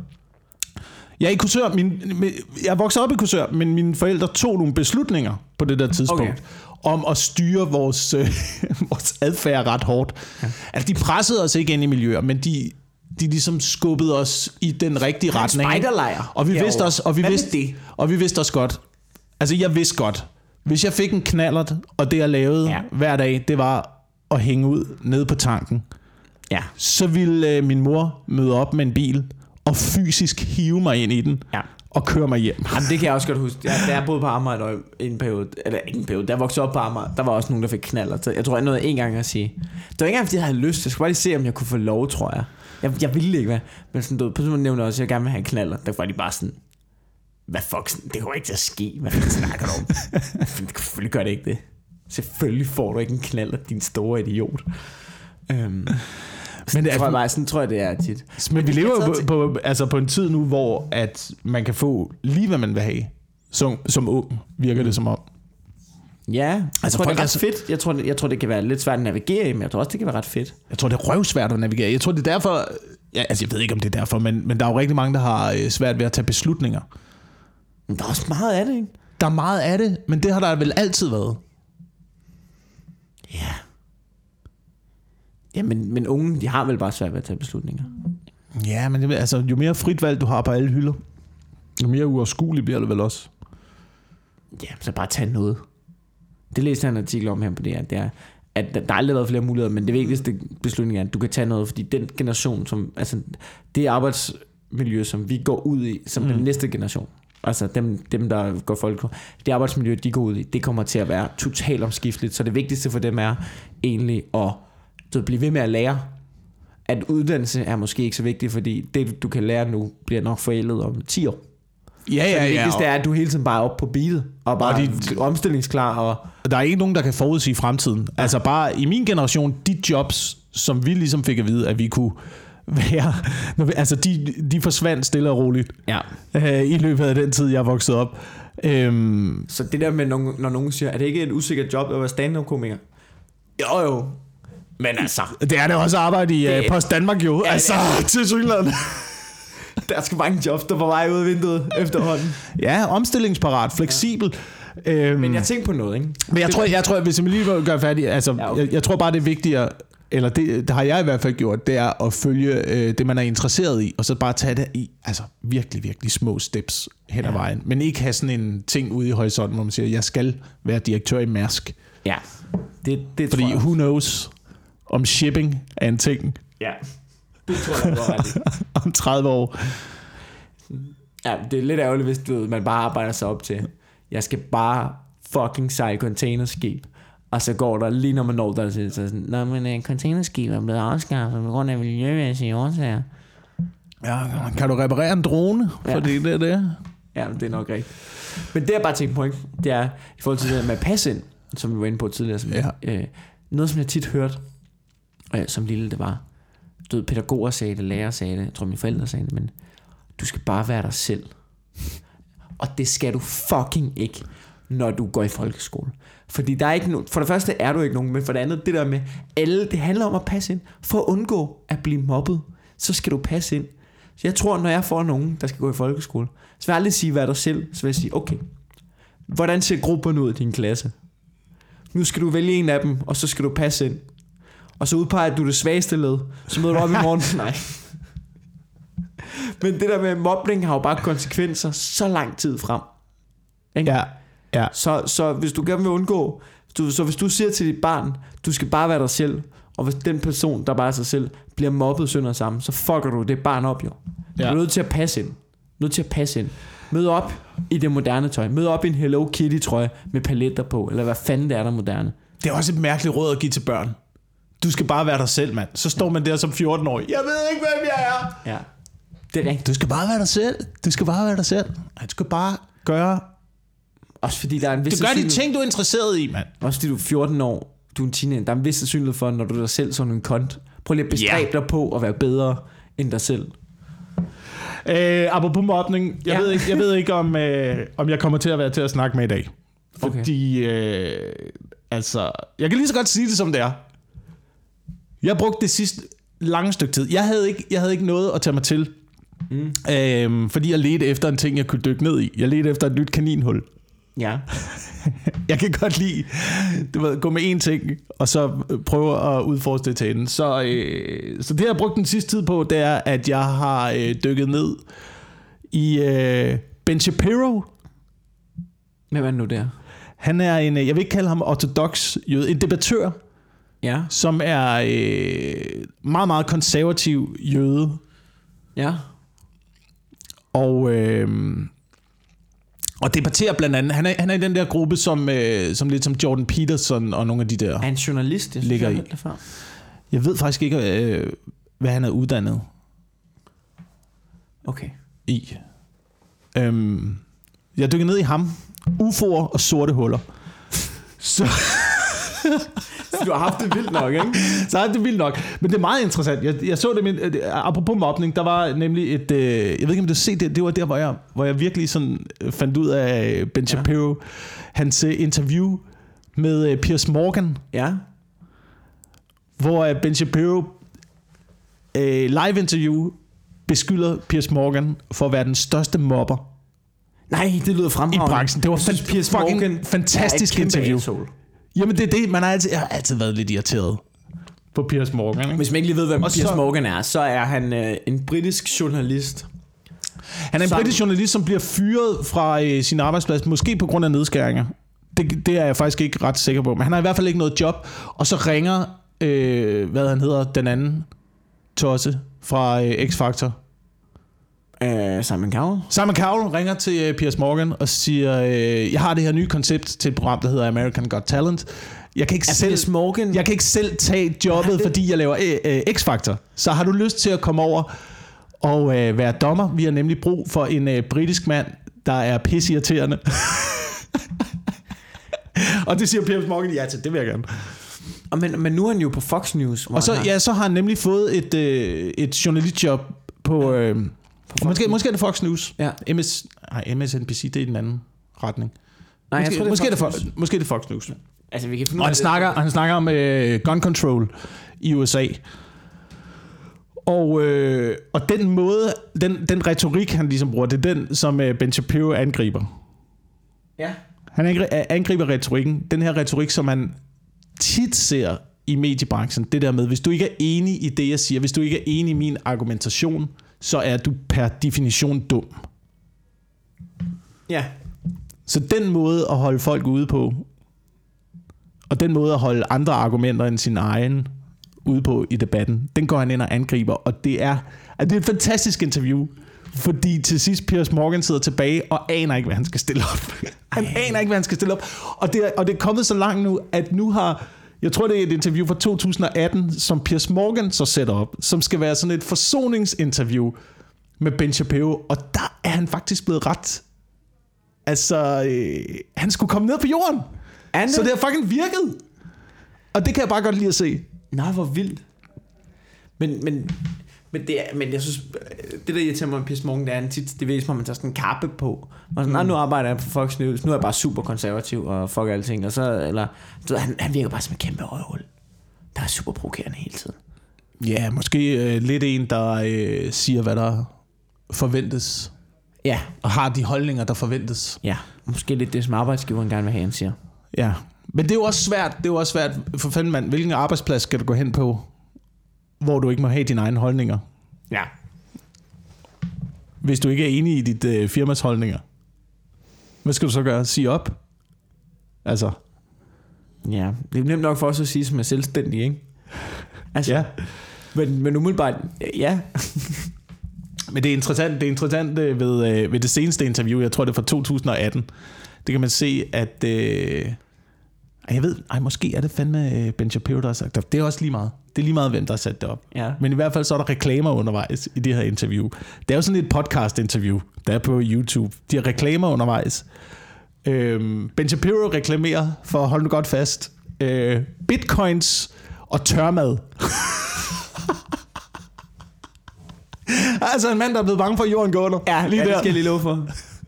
Ja, i Korsør. Min, min, jeg voksede op i Korsør, men mine forældre tog nogle beslutninger på det der tidspunkt, okay. om at styre vores, øh, vores adfærd ret hårdt. Ja. Altså, de pressede os ikke ind i miljøer, men de, de ligesom skubbede os i den rigtige en retning. Spejderlejr. Og vi vidste også, og vi vidste, og vi vidste også godt, altså jeg vidste godt, hvis jeg fik en knallert, og det jeg lavede ja. Hver dag, det var at hænge ud nede på tanken, ja. Så ville øh, min mor møde op med en bil og fysisk hive mig ind i den ja. Og køre mig hjem. Jamen, det kan jeg også godt huske. Jeg, da jeg boede på Amager i en periode, eller ikke en periode, da jeg voksede op på Amager, der var også nogen, der fik knaller. Jeg tror, jeg nåede en gang at sige, det var ikke engang, fordi jeg havde lyst. Jeg skulle bare lige se, om jeg kunne få lov, tror jeg. Jeg, jeg ville ikke, hvad. Men sådan, du, på sådan nævnte også, at jeg gerne vil have en knaller. Der var de bare sådan, hvad fuck, sådan, det kommer ikke til at ske. Hvad snakker du om? Selvfølgelig gør det ikke det. Selvfølgelig får du ikke en knaller, din store idiot. Øhm, men det er, tror jeg bare, sådan tror jeg det er tit. Men vi lever jo på, på, altså på en tid nu, hvor at man kan få lige hvad man vil have som, som ung, virker det som om. Ja, jeg altså, tror det er ret fedt. Jeg tror, jeg tror det kan være lidt svært at navigere i, men jeg tror også det kan være ret fedt. Jeg tror det er røvsvært at navigere. Jeg tror det er derfor Ja, altså jeg ved ikke, om det er derfor, men, men der er jo rigtig mange, der har øh, svært ved at tage beslutninger. Men der er også meget af det, ikke? Der er meget af det, men det har der vel altid været. Ja. Ja, men, men unge, de har vel bare svært ved at tage beslutninger. Ja, men det, altså, jo mere frit valg du har på alle hylder, jo mere uoverskueligt bliver det vel også. Ja, så bare tage noget. Det læste jeg en artikel om her på det her. Det er, at der har aldrig været flere muligheder, men det vigtigste beslutning er, at du kan tage noget, fordi den generation, som, altså det arbejdsmiljø, som vi går ud i, som mm. den næste generation, altså dem, dem der går folk, det arbejdsmiljø, de går ud i, det kommer til at være totalt omskifteligt, så det vigtigste for dem er egentlig at du blive ved med at lære, at uddannelse er måske ikke så vigtigt, fordi det du kan lære nu, bliver nok forældet om ti år. Ja, ja, ja. Så det vigtigste er, at du hele tiden bare er oppe på beatet, og bare og de, omstillingsklar. Og der er ikke nogen, der kan forudsige fremtiden. Ja. Altså bare i min generation, de jobs, som vi ligesom fik at vide, at vi kunne være, altså de, de forsvandt stille og roligt ja. øh, i løbet af den tid, jeg voksede op. Øhm. Så det der med, når nogen siger, er det ikke et usikkert job at være stand-up-komiker? Jo jo. Men altså... Det er det også arbejde i uh, Post Danmark jo. Ja, altså, ja. Til synligheden. Der er sgu mange jobs, der er på vej ud af vinduet efterhånden. Ja, omstillingsparat, fleksibel. Ja. Øhm, men jeg tænker på noget, ikke? Men jeg tror, jeg tror, hvis jeg lige gør færdig, altså, ja, okay. jeg, jeg tror bare, det er vigtigere, eller det, det har jeg i hvert fald gjort, det er at følge øh, det, man er interesseret i, og så bare tage det i, altså virkelig, virkelig små steps hen ad ja. vejen. Men ikke have sådan en ting ude i horisonten, hvor man siger, jeg skal være direktør i Mærsk. Ja, det, det fordi tror jeg. Who knows, om shipping er en ting. Ja, det tror jeg, du har ret i. Om tredive år. Ja, det er lidt ærgerligt, hvis du ved, man bare arbejder sig op til, jeg skal bare fucking sejle containerskib. Og så går der lige når man når der til, så sådan, nå, men uh, containerskib er blevet afskaffet på grund af miljømæssige årsager. Ja, kan du reparere en drone? Ja. Fordi det er det. Ja, det er nok rigtigt. Men det jeg bare tænker på, ikke? Det er i forhold til det med at passe ind, som vi var inde på tidligere, som, ja. øh, noget som jeg tit hørte, øh, som lille det var, du ved, pædagoger sagde det, lærer sagde det, jeg tror mine forældre sagde det, men du skal bare være dig selv. Og det skal du fucking ikke, når du går i folkeskole. Fordi der er ikke no- for det første er du ikke nogen, men for det andet, det der med alle, det handler om at passe ind. For at undgå at blive mobbet, så skal du passe ind. Så jeg tror, når jeg får nogen, der skal gå i folkeskole, så vil jeg aldrig sige, vær dig selv. Så vil jeg sige, okay, hvordan ser grupperne ud i din klasse? Nu skal du vælge en af dem, og så skal du passe ind. Og så udpeger du det svageste led, så møder du op i morgen. Nej. Men det der med mobning har jo bare konsekvenser så lang tid frem. Ikke? Ja, ja. Så, så hvis du gerne vil undgå, du, så hvis du siger til dit barn, du skal bare være dig selv, og hvis den person, der bare er sig selv, bliver mobbet sønder sammen, så fucker du det barn op jo. Ja. Du er nødt til at passe ind. Nødt til at passe ind. Mød op i det moderne tøj. Mød op i en Hello Kitty trøje med paletter på, eller hvad fanden det er, der moderne. Det er også et mærkeligt råd at give til børn. Du skal bare være dig selv, mand. Så står man der som fjorten-årig. Jeg ved ikke, hvem jeg er. Ja. Det er rigtigt. Du skal bare være dig selv. Du skal bare være dig selv. Du skal bare gøre... Også fordi der er en vis... Du gør de ting, du er interesseret i, mand. Også fordi du er fjorten år, du er en teenager. Der er en vis sandsynlighed for, når du er dig selv sådan en kont. Prøv lige at bestræbe yeah. dig på at være bedre end dig selv. Øh, apropos mobning, jeg, ja. ved ikke, jeg ved ikke, om, øh, om jeg kommer til at være til at snakke med i dag. Fordi, okay. øh, altså... Jeg kan lige så godt sige det, som det er. Jeg brugte det sidste lange stykke tid. Jeg havde ikke, jeg havde ikke noget at tage mig til. Mm. Øhm, fordi jeg ledte efter en ting, jeg kunne dykke ned i. Jeg ledte efter et nyt kaninhul. Ja. Jeg kan godt lide du ved, gå med én ting, og så prøve at udforske det til enden. Så, øh, så det, jeg har brugt den sidste tid på, det er, at jeg har øh, dykket ned i øh, Ben Shapiro. Hvem er nu der? Han er en, jeg vil ikke kalde ham ortodox jøde, en debattør, ja. som er øh, meget, meget konservativ jøde. Ja. Og... Øh, Og debatterer blandt andet. Han er, han er i den der gruppe, som, øh, som lidt som Jordan Peterson og nogle af de der... Er han journalist? Jeg ligger i. Jeg ved faktisk ikke, øh, hvad han er uddannet okay. i. Øhm, jeg dykker ned i ham. U F O'er og sorte huller. Så... Du har haft det vildt nok, ikke? Så har det vildt nok. Men det er meget interessant. Jeg, jeg så det med, apropos mobning, der var nemlig et, øh, jeg ved ikke om du har set det, det var der, hvor jeg, hvor jeg virkelig sådan fandt ud af Ben Shapiro, ja. hans interview med øh, Piers Morgan. Ja. Hvor øh, Ben Shapiro øh, live interview beskylder Piers Morgan for at være den største mobber Nej, det lyder fremragende. i branchen. Det var synes, fan- Piers fucking Morgan fantastisk interview. Asshole. Jamen det er det, man har altid, jeg har altid været lidt irriteret på Piers Morgan. Ikke? Hvis man ikke lige ved, hvem Og Piers så- Morgan er, så er han øh, en britisk journalist. Han er en Sammen- britisk journalist, som bliver fyret fra øh, sin arbejdsplads, måske på grund af nedskæringer. Det, det er jeg faktisk ikke ret sikker på. Men han har i hvert fald ikke noget job. Og så ringer, øh, hvad han hedder, den anden tosse fra øh, X-Factor. Øh, Simon Cowell. Simon Cowell ringer til øh, Piers Morgan og siger, øh, jeg har det her nye koncept til et program, der hedder American Got Talent. Jeg kan ikke, Er selv, Piers Morgan... jeg kan ikke selv tage jobbet, det- fordi jeg laver øh, øh, X-Factor. Så har du lyst til at komme over og øh, være dommer? Vi har nemlig brug for en øh, britisk mand, der er pisseirriterende. Og det siger Piers Morgan ja til, det vil jeg gerne. Og men, men nu er han jo på Fox News. hvor Og så, han har- ja, så har han nemlig fået et, øh, et journalistjob på... Øh, måske, måske er det Fox News. Ja. M S, nej, M S N B C, det er i den anden retning. Nej, jeg Måske, tror, det er måske, er det Fox Fox, News. måske er det Fox News. Altså, vi kan finde Og ud han af snakker, det. han snakker om øh, gun control i U S A. Og, øh, og den måde, den, den retorik, han ligesom bruger, det er den, som øh, Ben Shapiro angriber. Ja. Han angri- angriber retorikken. Den her retorik, som man tit ser i mediebranchen. Det der med, hvis du ikke er enig i det, jeg siger, hvis du ikke er enig i min argumentation, så er du per definition dum. Ja. Så den måde at holde folk ude på, og den måde at holde andre argumenter end sin egen ude på i debatten, den går han ind og angriber, og det er, at det er et fantastisk interview, fordi til sidst Piers Morgan sidder tilbage og aner ikke, hvad han skal stille op. Han Ej. aner ikke, hvad han skal stille op. Og det, er, og det er kommet så langt nu, at nu har, jeg tror det er et interview fra to tusind og atten, som Piers Morgan så sætter op, som skal være sådan et forsoningsinterview med Ben Shapiro, og der er han faktisk blevet ret. Altså, øh, han skulle komme ned på jorden. Anne? Så det har fucking virket. Og det kan jeg bare godt lide at se. Nej, hvor vildt. Men, men, men, det er, men jeg synes, det der irriterer mig med Piers Morgan, det er, han tit, det ved som om man tager sådan en kappe på. Og sådan, mm. nu arbejder jeg på Fox News, nu er jeg bare super konservativ og fuck alting. Og så, eller, så, han, han virker bare som en kæmpe røvhul, der er super provokerende hele tiden. Ja, måske øh, lidt en, der øh, siger, hvad der forventes. Ja. Og har de holdninger, der forventes. Ja, måske lidt det, som arbejdsgiveren gerne vil have, han siger. Ja, men det er jo også svært, det er jo også svært, for fanden mand, hvilken arbejdsplads skal du gå hen på, hvor du ikke må have dine egne holdninger? Ja. Hvis du ikke er enig i dit øh, firmas holdninger. Hvad skal du så gøre? Sige op? Altså. Ja, det er nemt nok for os at sige, som er selvstændig, ikke? Altså, Ja. Men, men umiddelbart, ja. Men det er interessant, det er interessant øh, ved, øh, ved det seneste interview, jeg tror det er fra to tusind og atten. Det kan man se, at... Øh, jeg ved, ej, måske er det fandme Ben Shapiro, der har sagt det. Det er også lige meget. Det er lige meget, hvem der har sat det op. Ja. Men i hvert fald så er der reklamer undervejs i det her interview. Det er jo sådan et podcast-interview, der er på YouTube. De har reklamer undervejs. Øhm, Ben Shapiro reklamerer, for at holde nu godt fast, øh, bitcoins og tørmad. Altså en mand, der er blevet bange for, at jorden går under. Ja, lige ja, der. Det skal jeg lige love for.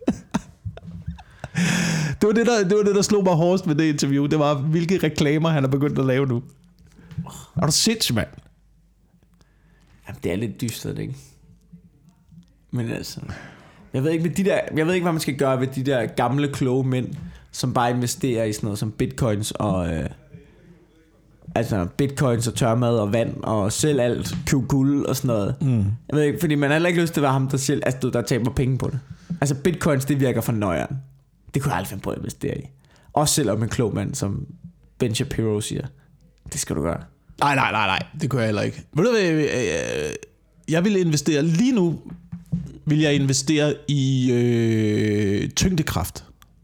Det var det, der, det var det, der slog mig hårdest med det interview. Det var, hvilke reklamer han er begyndt at lave nu. Er du sindssyg, mand? Jamen, det er lidt dystert, ikke? Men altså... Jeg ved ikke, med de der, jeg ved ikke, hvad man skal gøre ved de der gamle, kloge mænd, som bare investerer i sådan noget som bitcoins og... Øh, altså bitcoins og tørmad og vand og selv alt, køb guld og sådan noget. Mm. Jeg ved ikke, fordi man har heller ikke lyst til at være ham, der selv, altså, der taber penge på det. Altså bitcoins, det virker for nøjeren. Det kunne jeg aldrig finde på at investere i. Også selvom en klog mand, som Ben Shapiro siger, det skal du gøre. Nej, nej, nej, nej. Det kunne jeg heller ikke. Ved du hvad, jeg ville investere lige nu, vil jeg investere i øh, tyngdekraft.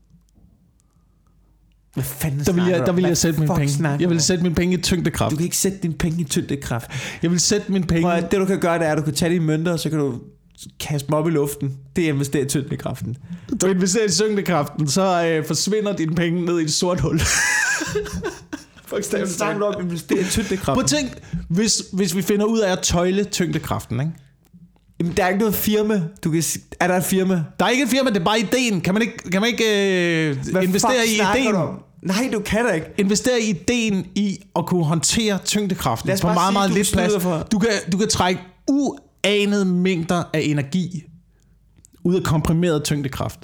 Hvad fanden Der vil jeg, der vil Hvad jeg sætte mine penge. Jeg vil du? sætte mine penge i tyngdekraft. Du kan ikke sætte dine penge i tyngdekraft. Jeg vil sætte mine penge. Prøv, det du kan gøre, det er, at du kan tage dine mønter, og så kan du kaste dem op i luften. Det er investere i tyngdekraften. Du investerer i tyngdekraften, så øh, forsvinder dine penge ned i et sort hul. Det er sammen om at investere i tyngdekraften. Prøv at tænk, hvis, hvis vi finder ud af at tøjle tyngdekraften, ikke? Jamen, der er ikke noget firma. Du kan, er der et firma? Der er ikke et firma, det er bare ideen. Kan man ikke, kan man ikke øh, investere i ideen? Nej, du kan da ikke. Investere i ideen i at kunne håndtere tyngdekraften på bare meget, sige, meget du lidt plads. For... Du kan, du kan trække uanede mængder af energi ud af komprimeret tyngdekraft.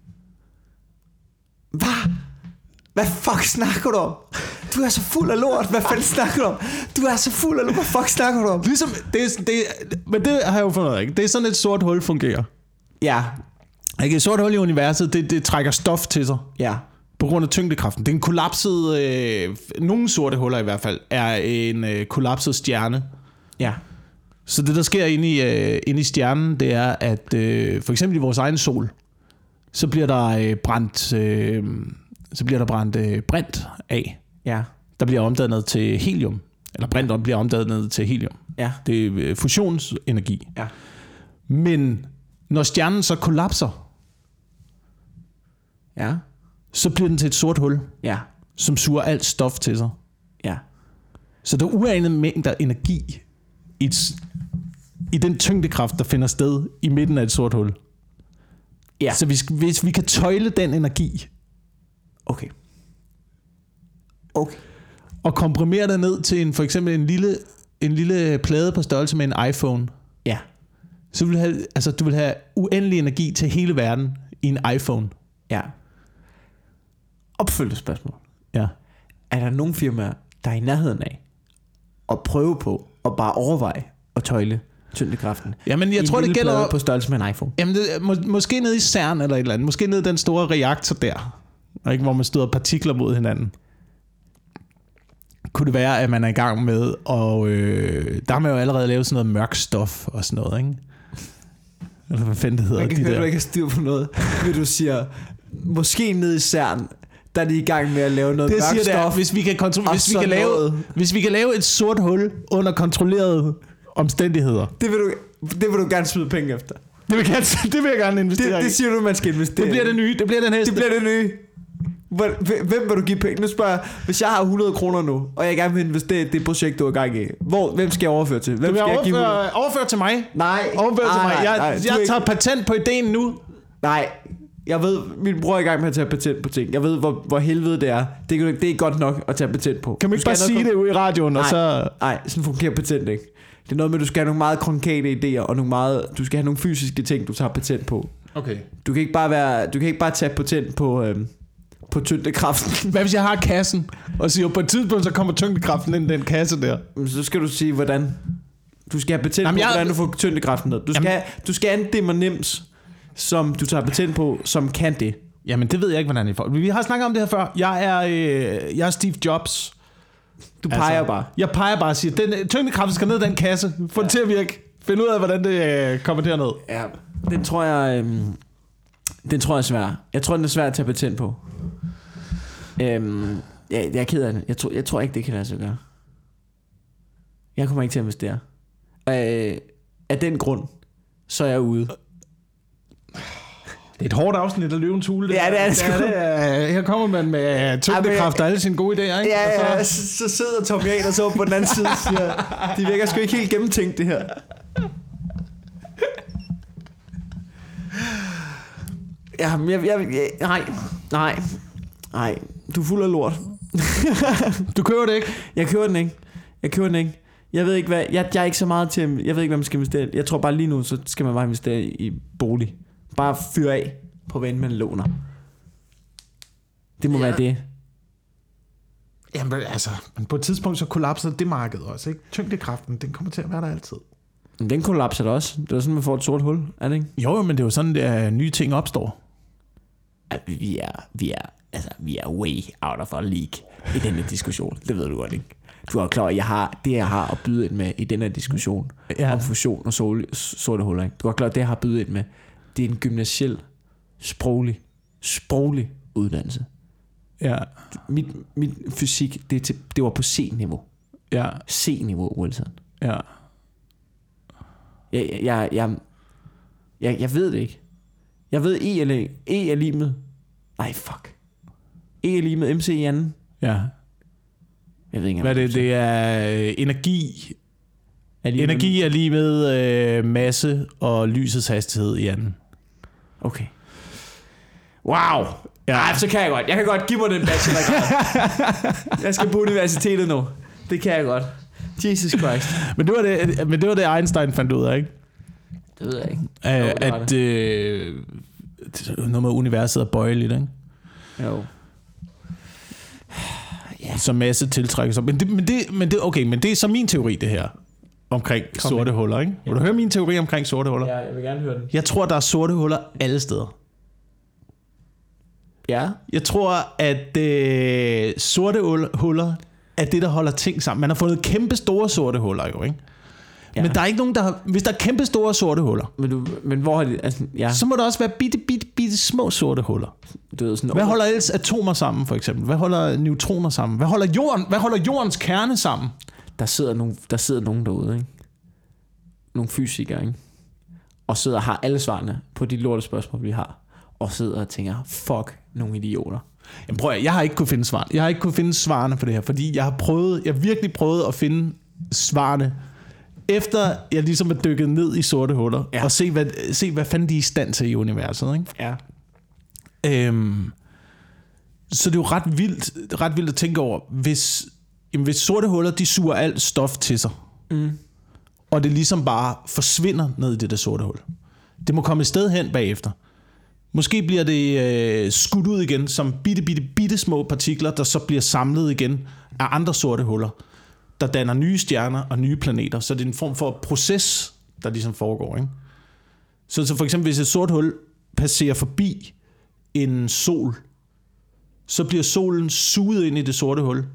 Hvad? Hvad fuck snakker du om? Du er så fuld af lort. Hvad fanden snakker du om? Du er så fuld af lort. Hvad fuck snakker du om? Ligesom, det er, det, men det har jeg jo fundet ud af, ikke? Det er sådan et sort hul fungerer. Ja. Ikke? Et sort hul i universet, det, det trækker stof til sig. Ja. På grund af tyngdekraften. Det er en kollapset, øh, nogle sorte huller i hvert fald, er en øh, kollapset stjerne. Ja. Så det der sker inde i, øh, inde i stjernen, det er, at øh, for eksempel i vores egen sol, så bliver der øh, brændt, øh, så bliver der brændt øh, brint af. Ja. Der bliver omdannet til helium. Eller brint bliver omdannet til helium. Ja. Det er øh, fusionsenergi. Ja. Men når stjernen så kollapser, Ja. så bliver den til et sort hul, Ja. som suger alt stof til sig. Ja. Så der er uanede mængder energi i, et, i den tyngdekraft, der finder sted i midten af et sort hul. Ja. Så hvis, hvis vi kan tøjle den energi, Okay. Okay. og komprimere det ned til en, for eksempel en lille, en lille plade på størrelse med en iPhone, Ja. så vil du have, altså, du vil have uendelig energi til hele verden i en iPhone. Ja. Opfølgende spørgsmål. Ja. Er der nogle firmaer, der er i nærheden af at prøve på at bare overveje at tøjle tyngdekraften? Jamen, jeg I tror, en det lille gælder plade på størrelse med en iPhone. Jamen, det, må, måske nede i CERN eller et eller andet. Måske nede i den store reaktor der, ikke, hvor man støder partikler mod hinanden. Kunne det være, at man er i gang med, og øh, der har man jo allerede lavet sådan noget mørk stof og sådan noget, ikke? Eller hvad fanden det hedder. Man kan de høre, der. du ikke har styr på noget, når du siger, måske nede i CERN, der er de i gang med at lave noget Det mørk siger det er, stof. hvis vi kan, kontro- hvis, vi sådan kan lave, noget. hvis vi kan lave et sort hul under kontrollerede omstændigheder. Det vil du, det vil du gerne smide penge efter. Det vil, jeg, det vil jeg gerne investere Det, i. det siger du, man skal investere. Det bliver det nye. Det bliver den næste. Det bliver det nye. Hvem vil du give penge? Nu spørger jeg, hvis jeg har hundrede kroner nu, og jeg gerne vil investere i det projekt, du er i gang i, hvor, hvem skal jeg overføre til? Hvem Du vil skal jeg give overføre, hundrede? overføre til mig. Nej. Overføre til nej, mig. Jeg, nej, jeg, du er jeg tager ikke- patent på ideen nu. Nej, jeg ved, min bror er i gang med at tage patent på ting. Jeg ved, hvor, hvor helvede det er. Det, er- det er ikke godt nok at tage patent på. Kan man Du ikke skal bare have sige noget det ude i radioen, Nej. og så... Nej, sådan fungerer patent ikke. Det er noget med, at du skal have nogle meget konkrete idéer, og nogle meget, du skal have nogle fysiske ting, du tager patent på. Okay. Du kan ikke bare, være, du kan ikke bare tage patent på, øhm, på tyngdekraften. Hvad hvis jeg har kassen, og siger, på et tidspunkt, så kommer tyngdekraften ind i den kasse der? Så skal du sige, hvordan. Du skal have patent Jamen, på, jeg- hvordan du får tyngdekraften ned. Du skal, Jamen- have, du skal have en dimmer nems, som du tager patent på, som kan det. Jamen, det ved jeg ikke, hvordan det er. Vi har snakket om det her før. Jeg er, øh, jeg er Steve Jobs. Du peger bare. Jeg peger bare og siger, den tyngdekraften skal ned i den kasse. Få den til at virke. Find ud af, hvordan det øh, kommer derned. Ja, den tror jeg, øhm, den tror jeg er svær. Jeg tror, den er svær at tage patent på. Øhm, jeg, jeg er ked af det. Jeg tror, jeg tror ikke, det kan lade sig gøre. Jeg kommer ikke til at investere. Øh, af den grund, så er jeg ude. Det er et hårdt afsnit af Løvens Hule. Ja, det er det sgu. det er, her kommer man med tyngdekraft og alle sine gode idéer, ikke? Ja, Og ja, så, så, så sidder Tommy Ahlers så på den anden side og siger, det virker sgu ikke helt gennemtænkt, det her. Ja, men jeg, jeg, jeg, nej, nej, nej, du er fuld af lort. du køber det ikke? Jeg køber den ikke. Jeg køber den ikke. Jeg ved ikke hvad. Jeg, jeg er ikke så meget til. Jeg ved ikke hvad man skal investere i. Jeg tror bare lige nu så skal man bare investere i, i bolig. Bare fyre af på hvad end man låner. Det må Ja. være det. Jamen altså, men på et tidspunkt så kollapser det marked også, ikke? Tyngdekraften, den kommer til at være der altid. Men den kollapser da også. Det er sådan man får et sort hul, er det ikke? Jo, men det er jo sådan, at nye ting opstår. At vi er vi er altså vi er way out of our league i denne diskussion. Det ved du godt ikke. Du er klar, jeg har det jeg har at byde ind med i denne diskussion Ja. om fusion og sol, sorte huller. Ikke? Du er klar, det jeg har at byde ind med. Det er en gymnasiel sproglig sproglig uddannelse. Ja. Mit, mit fysik det, er til, det var på C-niveau. Ja. C-niveau, Wilson. Ja. Jeg, jeg, jeg, jeg, jeg ved det ikke. Jeg ved E eller E er lige med. Nej, fuck. E er lige med M C i anden. Ja. Jeg ved ikke Hvad er engang, det? Det er øh, energi. er lige Energi er lige med øh, masse og lysets hastighed i anden. Okay. Wow. Ja. Ej, så kan jeg godt. Jeg kan godt give mig den bachelorgrad. Jeg skal på universitetet nu. Det kan jeg godt. Jesus Christ. men, det var det, men det var det, Einstein fandt ud af, ikke? Det ved jeg ikke. Uh, Jo, det at øh, noget med universet er bøjeligt, ikke? Jo. Ja. Så masse tiltrækker sig. Men det, men, det, men, det, okay, men det er så min teori, det her. Omkring Kom sorte ind. huller, ikke? Vil ja. du høre min teori omkring sorte huller? Ja, jeg vil gerne høre den. Jeg tror, der er sorte huller alle steder. Ja. Jeg tror, at øh, sorte huller er det, der holder ting sammen. Man har fundet kæmpe store sorte huller, jo, ikke? Ja. Men der er ikke nogen, der har... Hvis der er kæmpe store sorte huller... Men, du, men hvor har de... Altså, ja. Så må der også være bitte, bitte, bitte små sorte huller. Du ved, sådan Hvad holder ellers atomer sammen, for eksempel? Hvad holder neutroner sammen? Hvad holder, jorden, hvad holder jordens kerne sammen? Der sidder, nogen, der sidder nogen derude, ikke? Nogle fysikere, ikke? Og sidder og har alle svarene på de lorte spørgsmål, vi har. Og sidder og tænker, fuck, nogle idioter. Jamen prøv at, jeg har ikke kunne finde svarene. Jeg har ikke kunne finde svarene på det her, fordi jeg har prøvet, jeg har virkelig prøvet at finde svarene, efter jeg ligesom er dykket ned i sorte huller, ja. og se hvad, se, hvad fanden de er i stand til i universet, ikke? Ja. Øhm, så det er jo ret vildt, ret vildt at tænke over, hvis, jamen, hvis sorte huller, de suger alt stof til sig, mm. og det ligesom bare forsvinder ned i det der sorte hul. Det må komme et sted hen bagefter. Måske bliver det øh, skudt ud igen som bitte, bitte, bitte små partikler, der så bliver samlet igen af andre sorte huller, der danner nye stjerner og nye planeter. Så det er en form for proces, der ligesom foregår, ikke? Så, så for eksempel, hvis et sort hul passerer forbi en sol, så bliver solen suget ind i det sorte hul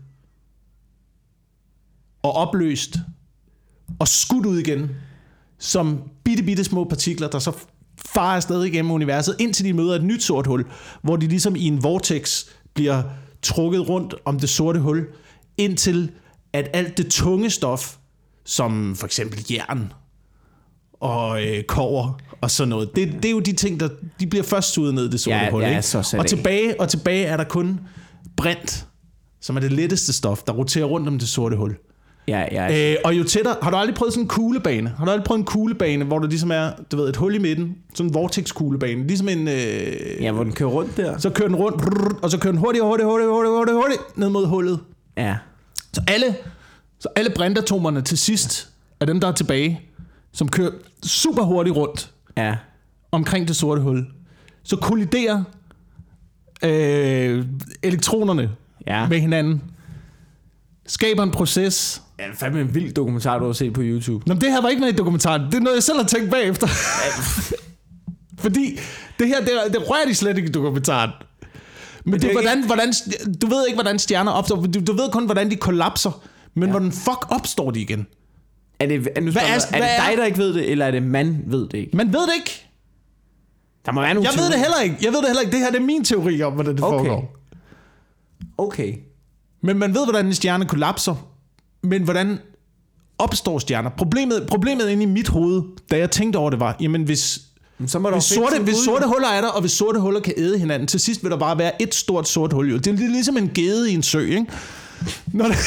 og opløst og skudt ud igen som bitte, bitte små partikler, der så farer afsted igennem universet, indtil de møder et nyt sort hul, hvor de ligesom i en vortex bliver trukket rundt om det sorte hul, indtil at alt det tunge stof, som for eksempel jern og øh, kobber og sådan noget, det, det er jo de ting, der de bliver først suget ned i det sorte ja, hul. Ja, ikke? så og, tilbage, og tilbage er der kun brint, som er det letteste stof, der roterer rundt om det sorte hul. Ja, ja. Øh, og jo tættere, har du aldrig prøvet sådan en kuglebane? Har du aldrig prøvet en kuglebane, hvor der ligesom er, du ved, et hul i midten, sådan en vortex-kuglebane, ligesom en... Øh, ja, hvor den kører rundt der. Så kører den rundt, og så kører den hurtigt, hurtigt, hurtigt, hurtigt, hurtigt, hurtigt ned mod hullet. Ja. Så alle, så alle brintatomerne til sidst er dem, der er tilbage, som kører super hurtigt rundt ja. omkring det sorte hul. Så kolliderer øh, elektronerne ja. med hinanden, skaber en proces. Ja, det er fandme en vild dokumentar, du har set på YouTube. Nå, det her var ikke med i dokumentaren. Det er noget, jeg selv har tænkt bagefter. Fordi det her, det, det rører de slet ikke i dokumentaren. Men, Men det er hvordan, ikke... hvordan, du ved ikke, hvordan stjerner opstår. Du, du ved kun, hvordan de kollapser. Men ja. hvordan fuck opstår de igen? Er det, er, nu hvad er, er det dig, der ikke ved det, eller er det man ved det ikke? Man ved det ikke. Der må være nogle Jeg teori. ved det heller ikke. Jeg ved det heller ikke. Det her det er min teori om, hvordan det okay. foregår. Okay. Men man ved, hvordan en stjerne kollapser. Men hvordan opstår stjerner? Problemet, problemet inde i mit hoved, da jeg tænkte over det, var, jamen hvis, så må hvis, sorte, hvis sorte huller er der, og hvis sorte huller kan æde hinanden, til sidst vil der bare være et stort sort hul. Det er ligesom en gede i en sø, ikke? Når der,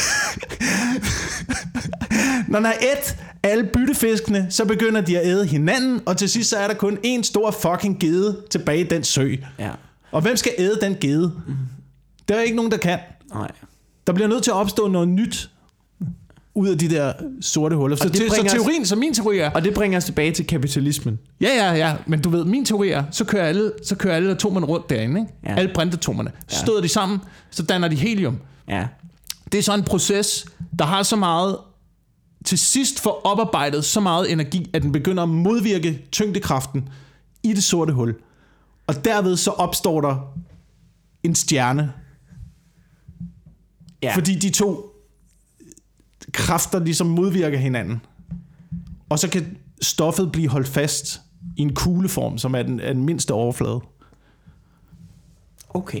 når der er et af alle byttefiskene, så begynder de at æde hinanden, og til sidst så er der kun en stor fucking gede tilbage i den sø. Ja. Og hvem skal æde den gede? Mm. Der er ikke nogen, der kan. Nej. Der bliver nødt til at opstå noget nyt ud af de der sorte huller. Så, så teorien, os, så min teori er... Og det bringer os tilbage til kapitalismen. Ja, ja, ja. Men du ved, min teori er, så kører alle, så kører alle atomerne rundt derinde, ikke? Ja. Alle brintatomerne. Så støder de sammen, så danner de helium. Ja. Det er så en proces, der har så meget... Til sidst får oparbejdet så meget energi, at den begynder at modvirke tyngdekraften i det sorte hul. Og derved så opstår der en stjerne. Ja. Fordi de to kræfter ligesom modvirker hinanden. Og så kan stoffet blive holdt fast i en kugleform, som er den, er den mindste overflade. Okay.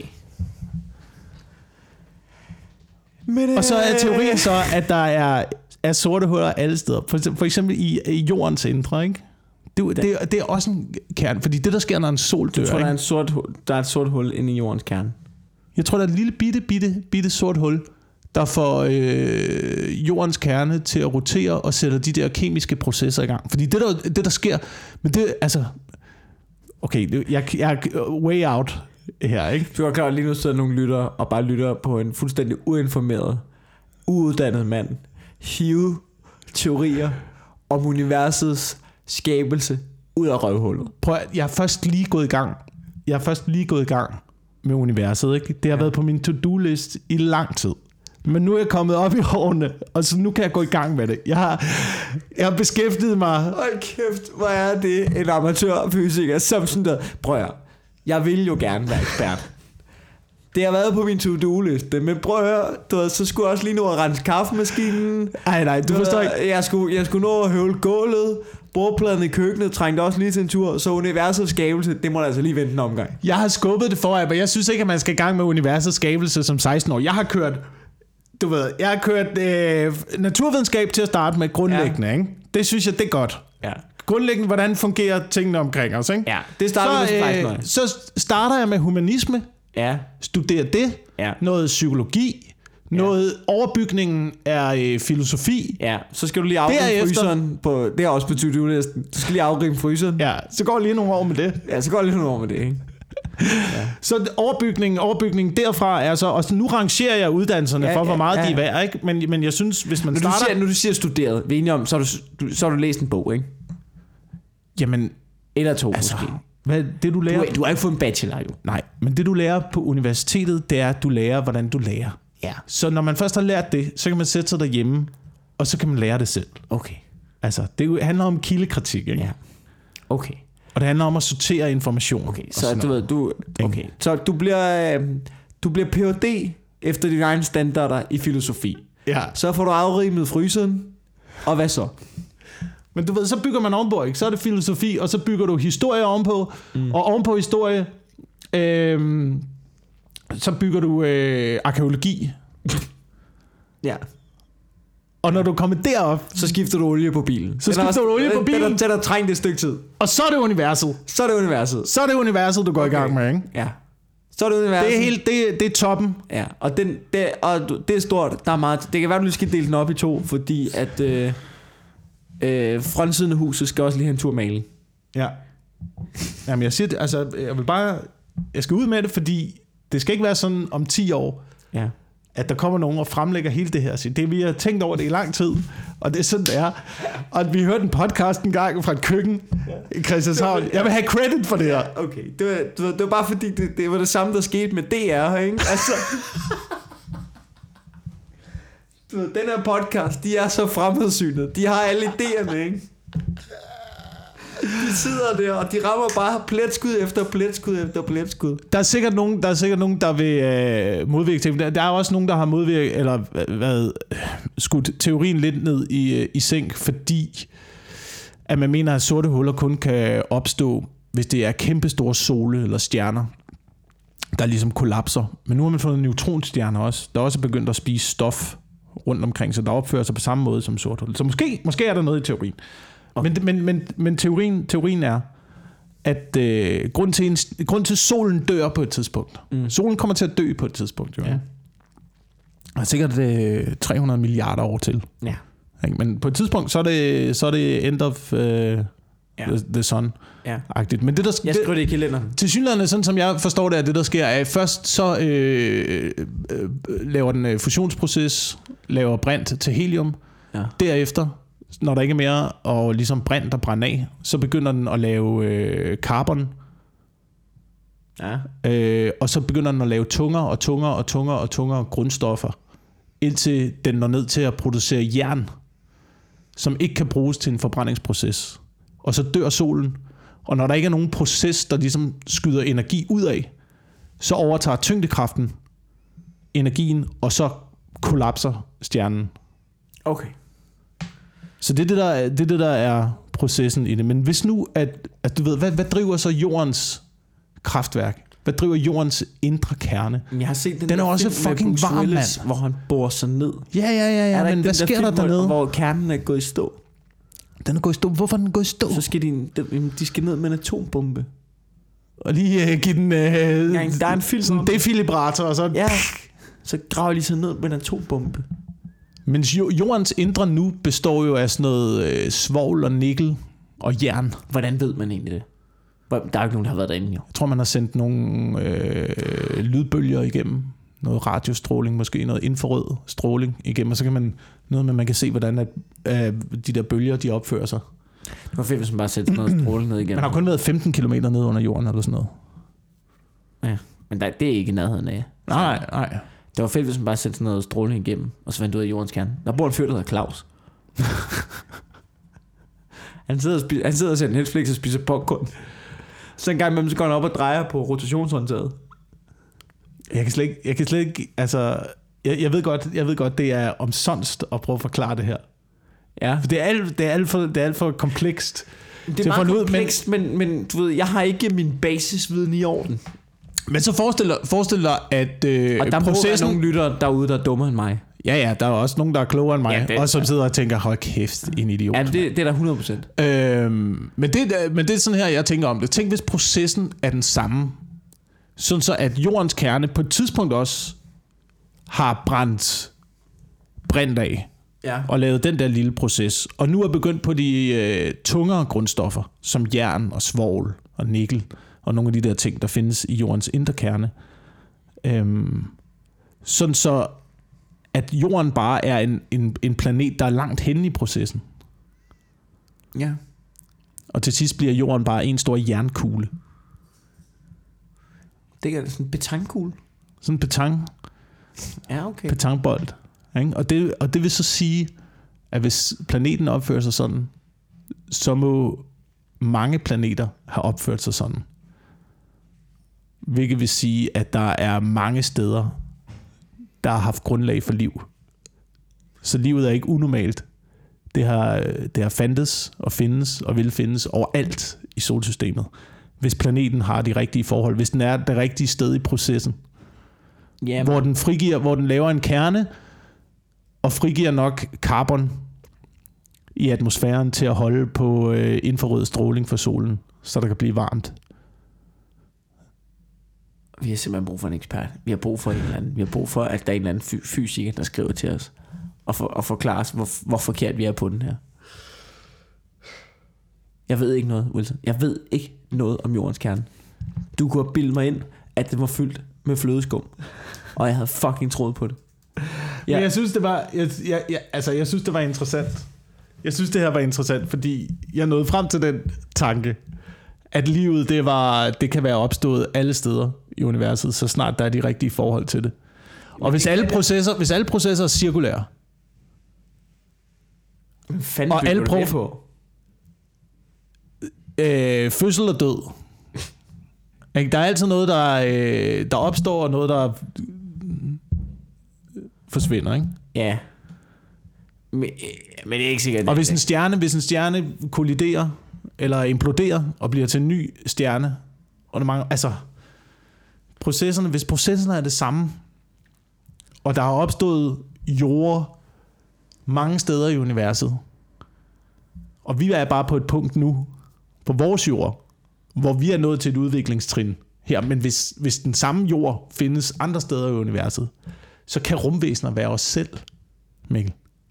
Men, og så er teorien så, at der er, er sorte huller alle steder. For, for eksempel i, i jordens indre, ikke? Det, det, det er også en kerne, fordi det der sker, når en sol dør. Jeg tror, der er, en sort, der er et sort hul inde i jordens kerne. Jeg tror, der er et lille bitte, bitte, bitte sort hul, der får øh, jordens kerne til at rotere og sætter de der kemiske processer i gang. Fordi det der, det der sker, men det altså, okay, jeg, jeg er way out her, ikke? Du er klar, lige nu sidder nogle lyttere og bare lytter på en fuldstændig uinformeret, uuddannet mand hive teorier om universets skabelse ud af røvhullet. Prøv at, jeg er først lige gået i gang. Jeg er først lige gået i gang med universet, ikke? Det har ja. været på min to-do-list i lang tid. Men nu er jeg kommet op i årene, og så nu kan jeg gå i gang med det. Jeg har, jeg har beskæftiget mig... Hold kæft, hvor er det en amatørfysiker, som sådan der... Prøv at, jeg vil jo gerne være ekspert. Det har været på min to-do-liste, men prøv at høre, du ved, så skulle jeg også lige nå at rense kaffemaskinen. Ej, nej, du, du forstår ved, ikke. Jeg skulle, jeg skulle nå at høvle gulvet, bordpladen i køkkenet, trængte også lige til en tur, så universets skabelse, det må da altså lige vente en omgang. Jeg har skubbet det for jer, men jeg synes ikke, at man skal i gang med universets skabelse som seksten år. Jeg har kørt, du ved, jeg har kørt øh, naturvidenskab til at starte med grundlæggende, ja. Ikke? Det synes jeg, det er godt. Ja. Grundlæggende, hvordan fungerer tingene omkring os, ikke? Ja, det starter så, med øh, så starter jeg med humanisme. Ja. Studerer det. Ja. Noget psykologi. Noget ja. Overbygningen er øh, filosofi. Ja, så skal du lige afrime Derefter... fryseren. På, det er også på to-do-listen. Du skal lige afrime fryseren. Ja, så går lige nogle år med det. Ja, så går lige nogle år med det, ikke? Ja. Så overbygningen, overbygningen derfra er så... Og nu rangerer jeg uddannelserne ja, for, hvor meget ja, ja. de er værd, ikke? Men, men jeg synes, hvis man når starter... Du siger, når du siger studeret, vi er enige om, så har du, du, så har du læst en bog, ikke? Jamen... Eller to, altså, måske. Hvad, det, du, lærer... du, du har ikke fået en bachelor, jo. Nej, men det, du lærer på universitetet, det er, at du lærer, hvordan du lærer. Ja. Så når man først har lært det, så kan man sætte sig derhjemme, og så kan man lære det selv. Okay. Altså, det handler om kildekritik, ikke? Ja. Okay. Og det handler om at sortere information. Okay, så du ved, du, okay. Så du bliver, øh, du bliver P H D efter dine egne standarder i filosofi. Ja. Så får du afrimet fryseren, og hvad så? Men du ved, så bygger man ovenpå, ikke? Så er det filosofi, og så bygger du historie ovenpå, mm. og ovenpå historie, øh, så bygger du øh, arkæologi. Ja. Og når du kommer derop, så skifter du olie på bilen. Så skifter du olie på bilen. Den er trængt et stykke tid. Og så er det universet. Så er det universet. Så er det universet, du går okay. i gang med, ikke? Ja. Så er det universet. Det er helt, det, det er toppen. Ja. Og, den, det, og det er stort. Der er meget. Det kan være, du lige skal dele den op i to, fordi at øh, øh, frontsiden af huset skal også lige have en tur maling. Ja. Jamen jeg siger, altså jeg vil bare, jeg skal ud med det, fordi det skal ikke være sådan om ti år. Ja. At der kommer nogen og fremlægger hele det her. Så det, vi har tænkt over det i lang tid, og det er sådan, det er. Og vi hørte en podcast en gang fra et køkken i Christianshavn. Jeg vil have credit for det her. Okay, det var, det var, det var bare fordi, det, det var det samme, der skete med D R, ikke? Altså, du ved, den her podcast, de er så fremmedsynet. De har alle idéerne, ikke? De sidder der, og de rammer bare pletskud efter pletskud efter pletskud. Der er sikkert nogen, der er sikkert nogen, der vil øh, modvirke til. Der er også nogen, der har modvirket eller hvad skudt teorien lidt ned i i sænk, fordi at man mener, at sorte huller kun kan opstå, hvis det er kæmpestore sole eller stjerner, der ligesom kollapser. Men nu har man fundet neutronstjerner også, der også er begyndt at spise stof rundt omkring, så der opfører sig på samme måde som sorte huller. Så måske, måske er der noget i teorien. Okay. Men, men, men, men teorien, teorien er, at øh, grund, til en, grund til solen dør på et tidspunkt. Mm. Solen kommer til at dø på et tidspunkt. Jo. Ja. Der er sikkert øh, tre hundrede milliarder år til. Ja. Men på et tidspunkt, så er det, så er det end of øh, ja. the, the sun-agtigt. Men det, der, jeg skriver det i kalenderen. Til synligheden, sådan som jeg forstår det, at det der sker, er først så øh, øh, laver den øh, fusionsproces, laver brint til helium. Ja. Derefter, når der ikke er mere og ligesom brint og brænde af, så begynder den at lave øh, carbon. Ja. Øh, og så begynder den at lave tungere og tungere og tungere og tungere grundstoffer, indtil den når ned til at producere jern, som ikke kan bruges til en forbrændingsproces. Og så dør solen. Og når der ikke er nogen proces, der ligesom skyder energi ud af, så overtager tyngdekraften energien, og så kollapser stjernen. Okay. Så det er det, der, det er det, der er processen i det. Men hvis nu, at, at du ved, hvad, hvad driver så jordens kraftværk? Hvad driver jordens indre kerne? Jeg har set den, den er også fucking varm, mand. Hvor han borer sig ned. Ja, ja, ja, ja. Men hvad der sker film, der dernede? Hvor kernen er gået i stå. Den er gået i stå. Hvorfor er den gået i stå? Så skal de, de, de skal ned med en atombombe. Og lige uh, give den uh, ja, der er en film sådan en defibrillator og så. Ja. Så graver de sig ned med en atombombe. Men jordens indre nu består jo af sådan noget øh, svovl og nikkel og jern. Hvordan ved man egentlig det? Der er jo ikke nogen, der har været derinde, jo. Jeg tror, man har sendt nogle øh, lydbølger igennem noget radiostråling, måske noget infrarød stråling igennem, og så kan man noget med, man kan se, hvordan at, øh, de der bølger, de opfører sig. Det var fedt, hvis man bare sætter sådan noget stråling ned igennem. Man har kun været femten kilometer ned under jorden, eller sådan noget. Ja, men der, det er ikke i nærheden af. Nej, nej. Det var fedt, hvis man bare sætter sådan noget stråling igennem, og så fandt ud af jordens kerne. Der bor en fyr, der hedder Claus. han, sidder og spiser, han sidder og ser Netflix og spiser popcorn. Så en gang imellem, så går han op og drejer på rotationshåndtaget. Jeg kan slet ikke, jeg kan slet ikke, altså, jeg, jeg ved godt, jeg ved godt, det er omsonst at prøve at forklare det her. Ja. For det er alt, det er alt for, det er alt for komplekst. Det er meget komplekst, men, men du ved, jeg har ikke min basisviden i orden. Men så forestil dig, forestil dig at øh, og der processen... er nogle lyttere derude, der er dummere end mig. Ja, ja, der er også nogen, der er klogere end mig, ja, det, og som sidder og tænker, hold kæft, en idiot. Ja, det, det er der hundrede procent. Øhm, men, det, men det er sådan her, jeg tænker om det. Tænk, hvis processen er den samme, sådan så at jordens kerne på et tidspunkt også har brændt brændt af, ja. og lavet den der lille proces, og nu er begyndt på de øh, tungere grundstoffer, som jern og svovl og nikkel, og nogle af de der ting, der findes i jordens indre kerne. Øhm, sådan så, at jorden bare er en, en, en planet, der er langt henne i processen. Ja. Og til sidst bliver jorden bare en stor jernkugle. Det er sådan en betonkugle. Sådan en petang. Ja, okay. Petangbold. Ikke? Og, det, og det vil så sige, at hvis planeten opfører sig sådan, så må mange planeter have opført sig sådan. Hvilket vil sige, at der er mange steder, der har haft grundlag for liv. Så livet er ikke unormalt. Det har, det har fandtes og findes og vil findes overalt i solsystemet. Hvis planeten har de rigtige forhold, hvis den er det rigtige sted i processen. Jamen. Hvor den frigiver, hvor den laver en kerne og frigiver nok carbon i atmosfæren til at holde på øh, infrarød stråling fra solen, så der kan blive varmt. Vi har simpelthen brug for en ekspert. Vi har brug for en eller anden. Vi har brug for, at der er en eller anden fy- fysiker, der skriver til os og, for, og forklarer os, hvor, hvor forkert vi er på den her. Jeg ved ikke noget, Wilson. Jeg ved ikke noget om jordens kerne. Du kunne have bildet mig ind, at det var fyldt med flødeskum, og jeg havde fucking troet på det. Ja. Men jeg synes det var, jeg, jeg, jeg, altså jeg synes det var interessant. Jeg synes det her var interessant, fordi jeg nåede frem til den tanke, at livet det var, det kan være opstået alle steder i universet, så snart der er de rigtige forhold til det. Og hvis alle processer, hvis alle processer er cirkulære, og alle prøver på øh, fødsel og død. Der er altid noget der øh, der opstår, og noget der forsvinder, ikke? Ja. Men, men det er ikke sikkert. Og hvis en stjerne, hvis en stjerne kolliderer eller imploderer og bliver til en ny stjerne, og der mange, altså processerne, hvis processerne er det samme, og der har opstået jord mange steder i universet, og vi er bare på et punkt nu på vores jord, hvor vi er nået til et udviklingstrin her, men hvis, hvis den samme jord findes andre steder i universet, så kan rumvæsener være os selv, Mikkel.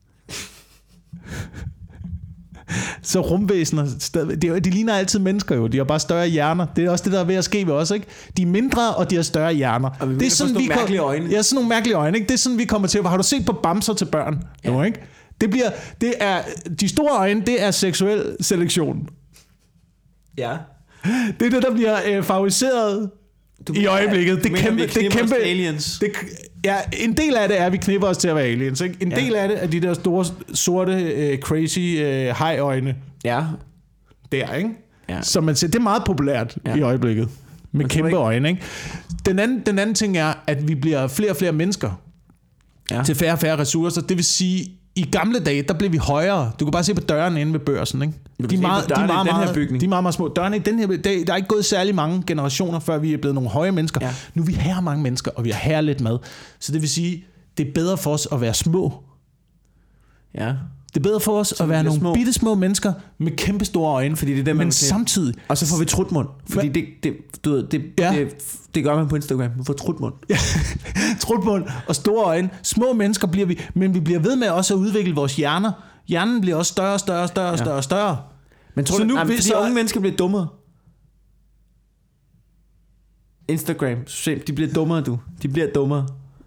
Så rumvæsener, de, de ligner altid mennesker jo, de har bare større hjerner. Det er også det, der er ved at ske ved os, ikke? De er mindre, og de har større hjerner. Og vi det er sådan, vi mærkelige øjne. Ja, sådan nogle mærkelige øjne, ikke? Det er sådan, vi kommer til. Har du set på bamser til børn? Ja. Nu, ikke? Det bliver, det er, de store øjne, det er seksuel selektion. Ja. Det er det, der bliver øh, favoriseret du, i øjeblikket. Det mener, kæmpe, det kæmpe aliens. Det, ja, en del af det er, at vi knipper os til at være aliens. Ikke? En ja. del af det er de der store, sorte, øh, crazy øh, haj-øjne. Ja. Der, ikke? Ja. Så man siger, det er meget populært ja. i øjeblikket. Med man kæmpe ikke... øjne, ikke? Den anden, den anden ting er, at vi bliver flere og flere mennesker. Ja. Til færre og færre ressourcer. Det vil sige, i gamle dage, der blev vi højere. Du kan bare se på dørene inde ved Børsen, ikke? De er meget, de er meget, meget, de er meget, meget små. Dørene i den her, der, der er ikke gået særlig mange generationer, før vi er blevet nogle høje mennesker. Ja. Nu er vi her mange mennesker, og vi har her lidt mad. Så det vil sige, det er bedre for os at være små. Ja. Det er bedre for os så at være nogle små. bitte små mennesker med kæmpe store øjne, fordi det er det, man men samtidig. Og så får vi trutmund, fordi det, det, du ved, det, ja. det, det gør man på Instagram. Man får trutmund. Ja. Trutmund og store øjne. Små mennesker bliver vi, men vi bliver ved med også at udvikle vores hjerner. Hjernen bliver også større, større, større, ja. større, større. Men tror så du, nu, jamen, så unge mennesker bliver dummere? Instagram, de bliver dummere, du. De bliver dummere.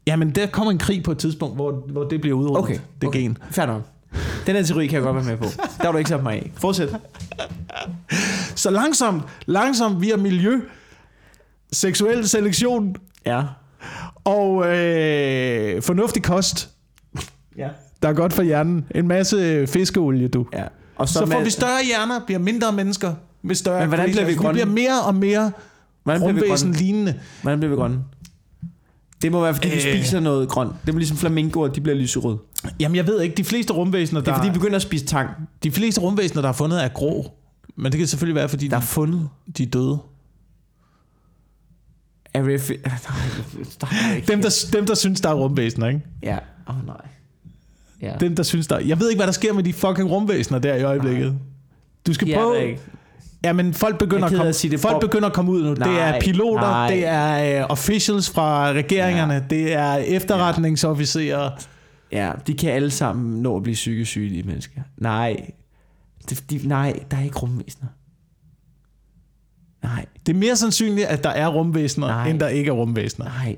Jamen, der kommer en krig på et tidspunkt, hvor, hvor det bliver udryddet, Okay, det okay. gen. Fair nok. Den her teori kan jeg godt være med på. Der var du ikke sat mig af. Fortsæt. Så langsomt, langsomt via miljø, seksuel selektion Ja. og øh, fornuftig kost, Ja. der er godt for hjernen. En masse fiskeolie, du. Ja. Og Så får med- vi større hjerner, bliver mindre mennesker med større. Men hvordan bliver vi vi grønne? bliver mere og mere Hvordan bliver vi rumvæsen grønne? lignende. Hvordan bliver vi grønne? Det må være, fordi vi Øh. spiser noget grønt. Det er ligesom flamingoer, de bliver lyserøde. Jamen, jeg ved ikke. De fleste rumvæsener, Det er der, fordi, vi begynder at spise tang. de fleste rumvæsener, der er fundet, er grå. Men det kan selvfølgelig være, fordi Der er de, fundet. de er døde. Er vi... Der er ikke. Dem der, dem, der synes, der er rumvæsener, ikke? Ja. Åh, oh, nej. Ja. Dem, der synes, der... Jeg ved ikke, hvad der sker med de fucking rumvæsener der i øjeblikket. Nej. Du skal Jeg prøve... ved ikke. Jamen, folk begynder, Jeg er at ked af komme, at sige det. folk Bob- begynder at komme ud nu. Nej, det er piloter, nej. det er uh, officials fra regeringerne, ja. Det er efterretningsofficerer. Ja, de kan alle sammen nå at blive psykisk syge, de mennesker. Nej. Det, de, nej, der er ikke rumvæsener. Nej. Det er mere sandsynligt, at der er rumvæsener, Nej. end der ikke er rumvæsener. Nej.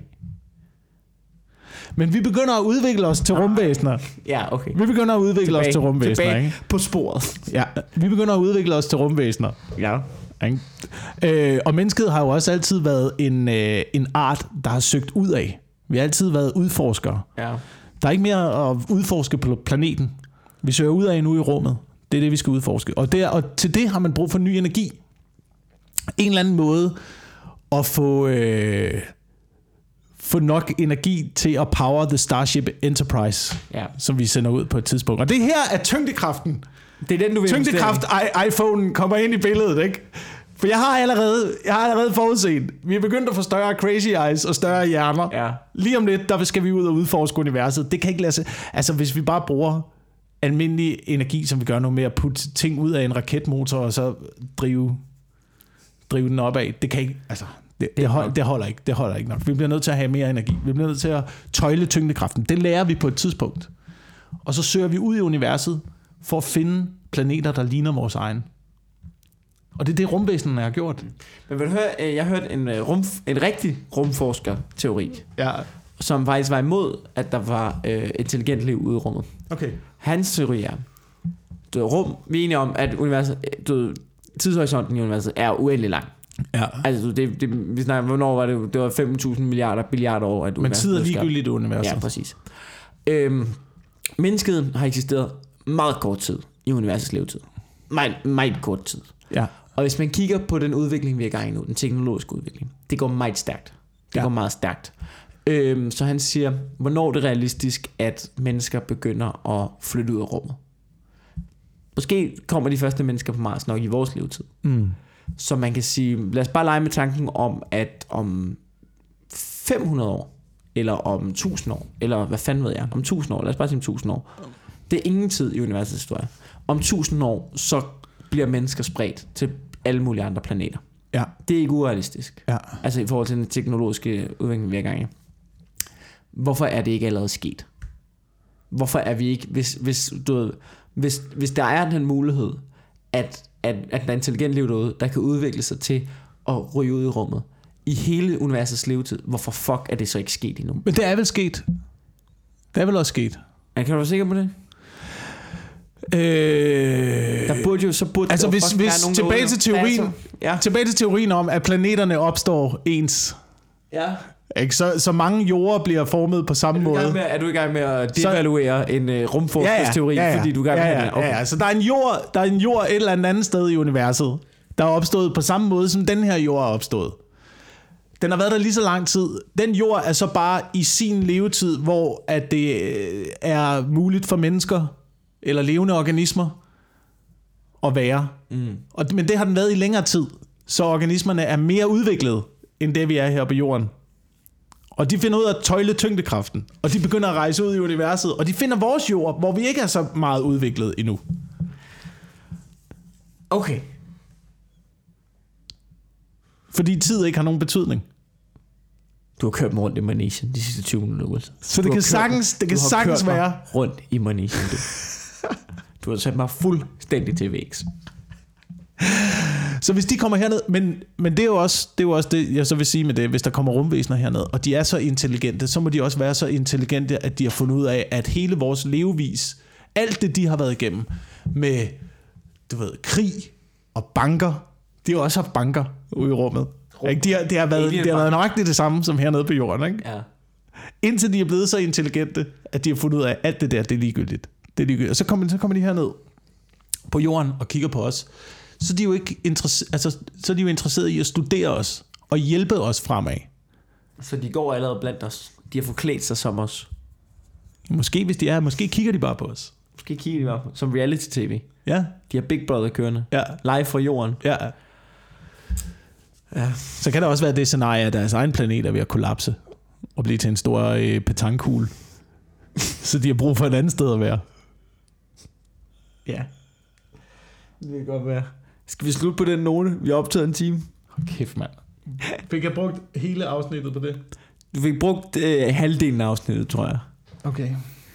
Men vi begynder at udvikle os til Nej. rumvæsener. Ja, okay. Vi begynder at udvikle Tilbage, os til rumvæsener, tilbage ikke? på sporet. Ja, vi begynder at udvikle os til rumvæsener. Ja. Ikke? Øh, og mennesket har jo også altid været en, øh, en art, der har søgt ud af. Vi har altid været udforskere. Ja. Der er ikke mere at udforske på planeten. Vi søger ud af nu i rummet. Det er det, vi skal udforske. Og, der, og til det har man brug for ny energi. En eller anden måde at få, øh, få nok energi til at power the Starship Enterprise, Ja. som vi sender ud på et tidspunkt. Og det her er tyngdekraften. Det er den, du vil Tyngdekraft, i- iPhone kommer ind i billedet, ikke? For jeg har allerede, jeg har allerede forudset. Vi er begyndt at få større crazy eyes og større hjerner. Ja. Lige om lidt, der skal vi ud og udforske universet. Det kan ikke lade sig... Altså, hvis vi bare bruger almindelig energi, som vi gør nu med at putte ting ud af en raketmotor, og så drive, drive den opad, det kan ikke... Altså, det, det, hold, det, holder ikke, det holder ikke nok. Vi bliver nødt til at have mere energi. Vi bliver nødt til at tøjle tyngdekraften. Det lærer vi på et tidspunkt. Og så søger vi ud i universet for at finde planeter, der ligner vores egen. Og det er det, rumvæsenerne har gjort. Men vil du høre, jeg hørte en, øh, rum, en rigtig rumforsker-teori, Ja, som faktisk var imod, at der var øh, intelligent liv ude i rummet. okay. Hans teori er, du ved, rum, vi er enige om, at universet, du ved, tidshorisonten i universet er uendelig lang. Ja. Altså, du, det, det, vi snakker, hvornår var det? Det var fem tusind milliarder, billiarder år, at Men universet tid er blev skabt. ligegyldigt i universet. Ja, præcis. Øhm, mennesket har eksisteret meget kort tid i universets levetid. Meget, meget kort tid. Ja. Og hvis man kigger på den udvikling, vi er i gang i nu, den teknologiske udvikling, det går meget stærkt. Det Ja. går meget stærkt. Øhm, så han siger, hvornår er det realistisk, at mennesker begynder at flytte ud af rummet? Måske kommer de første mennesker på Mars nok i vores levetid. Mm. Så man kan sige, lad os bare lege med tanken om, at om fem hundrede år, eller om tusind år, eller hvad fanden ved jeg, om tusind år, lad os bare sige om tusind år. Det er ingen tid i universets historie. Om tusind år, så bliver mennesker spredt til alle mulige andre planeter. Ja. Det er ikke urealistisk. Ja. Altså i forhold til den teknologiske udvikling, vi er i gang i. Hvorfor er det ikke allerede sket? Hvorfor er vi ikke, hvis, hvis, du ved, hvis, hvis der er den mulighed, at, at, at der er intelligent liv derude, der kan udvikle sig til at ryge ud i rummet, i hele universets levetid, hvorfor fuck er det så ikke sket endnu? Men det er vel sket. Det er vel også sket. Ja, kan du være sikker på det? Øh... Der burde jo, så burde Altså, der hvis- fucking hvis- være nogen tilbage derude, til der er teorien. så- Ja. Tilbage til teorien om, at planeterne opstår ens. Ja. Ikke? Så, så mange jorder bliver formet på samme Er du, i gang måde. med, er du i gang med at devaluere en uh, rumforskningsteori, ja, ja. fordi du er i gang ja, med ja, den? Okay. ja, ja. Så der er en jord, der er en jord et eller andet sted i universet, der er opstået på samme måde, som den her jord er opstået. Den har været der lige så lang tid. Den jord er så bare i sin levetid, hvor at det øh, er muligt for mennesker eller levende organismer at være. Mm. Og, men det har den været i længere tid, så organismerne er mere udviklede, end det vi er her på jorden. Og de finder ud af at tøjle tyngdekraften, og de begynder at rejse ud i universet, og de finder vores jord, hvor vi ikke er så meget udviklet endnu. Okay. Fordi tid ikke har nogen betydning. Du har kørt mig rundt i Manesien de sidste tyve minutter. Ude. Så det kan sagtens, det kan sagtens være. rundt i Manesien, du. Du har sat mig fuldstændig til vægs. Så hvis de kommer herned, men, men det er jo også det, er jo også det jeg så vil sige med det, hvis der kommer rumvæsener herned, og de er så intelligente, så må de også være så intelligente, at de har fundet ud af, at hele vores levevis, alt det, de har været igennem, med, du ved, krig og banker, de har også haft banker ude i rummet. Ikke? De har, det har været, det har været nøjagtigt det samme som hernede på jorden, ikke? Ja. Indtil de er blevet så intelligente, at de har fundet ud af, at alt det der, det er ligegyldigt. Det er ligegyldigt. Og så kommer, så kommer de herned på jorden og kigger på os. Så de er jo ikke interesseret, altså, så er de jo interesseret i at studere os og hjælpe os fremad. Så de går allerede blandt os. De har forklædt sig som os. Måske hvis de er, måske kigger de bare på os. Måske kigger de bare på som reality-tv. Ja. De har Big Brother kørende. Ja. Live fra jorden. Ja. Ja. Så kan der også være det scenarie, at deres egen planet er ved at kollapse og blive til en stor øh, petankugle. Så de har brug for et andet sted at være. Ja. Det kan godt være. Skal vi slutte på den note? Vi har optaget en time. Hold kæft, mand. Fik jeg brugt hele afsnittet på det? Du fik brugt øh, halvdelen af afsnittet, tror jeg. Okay.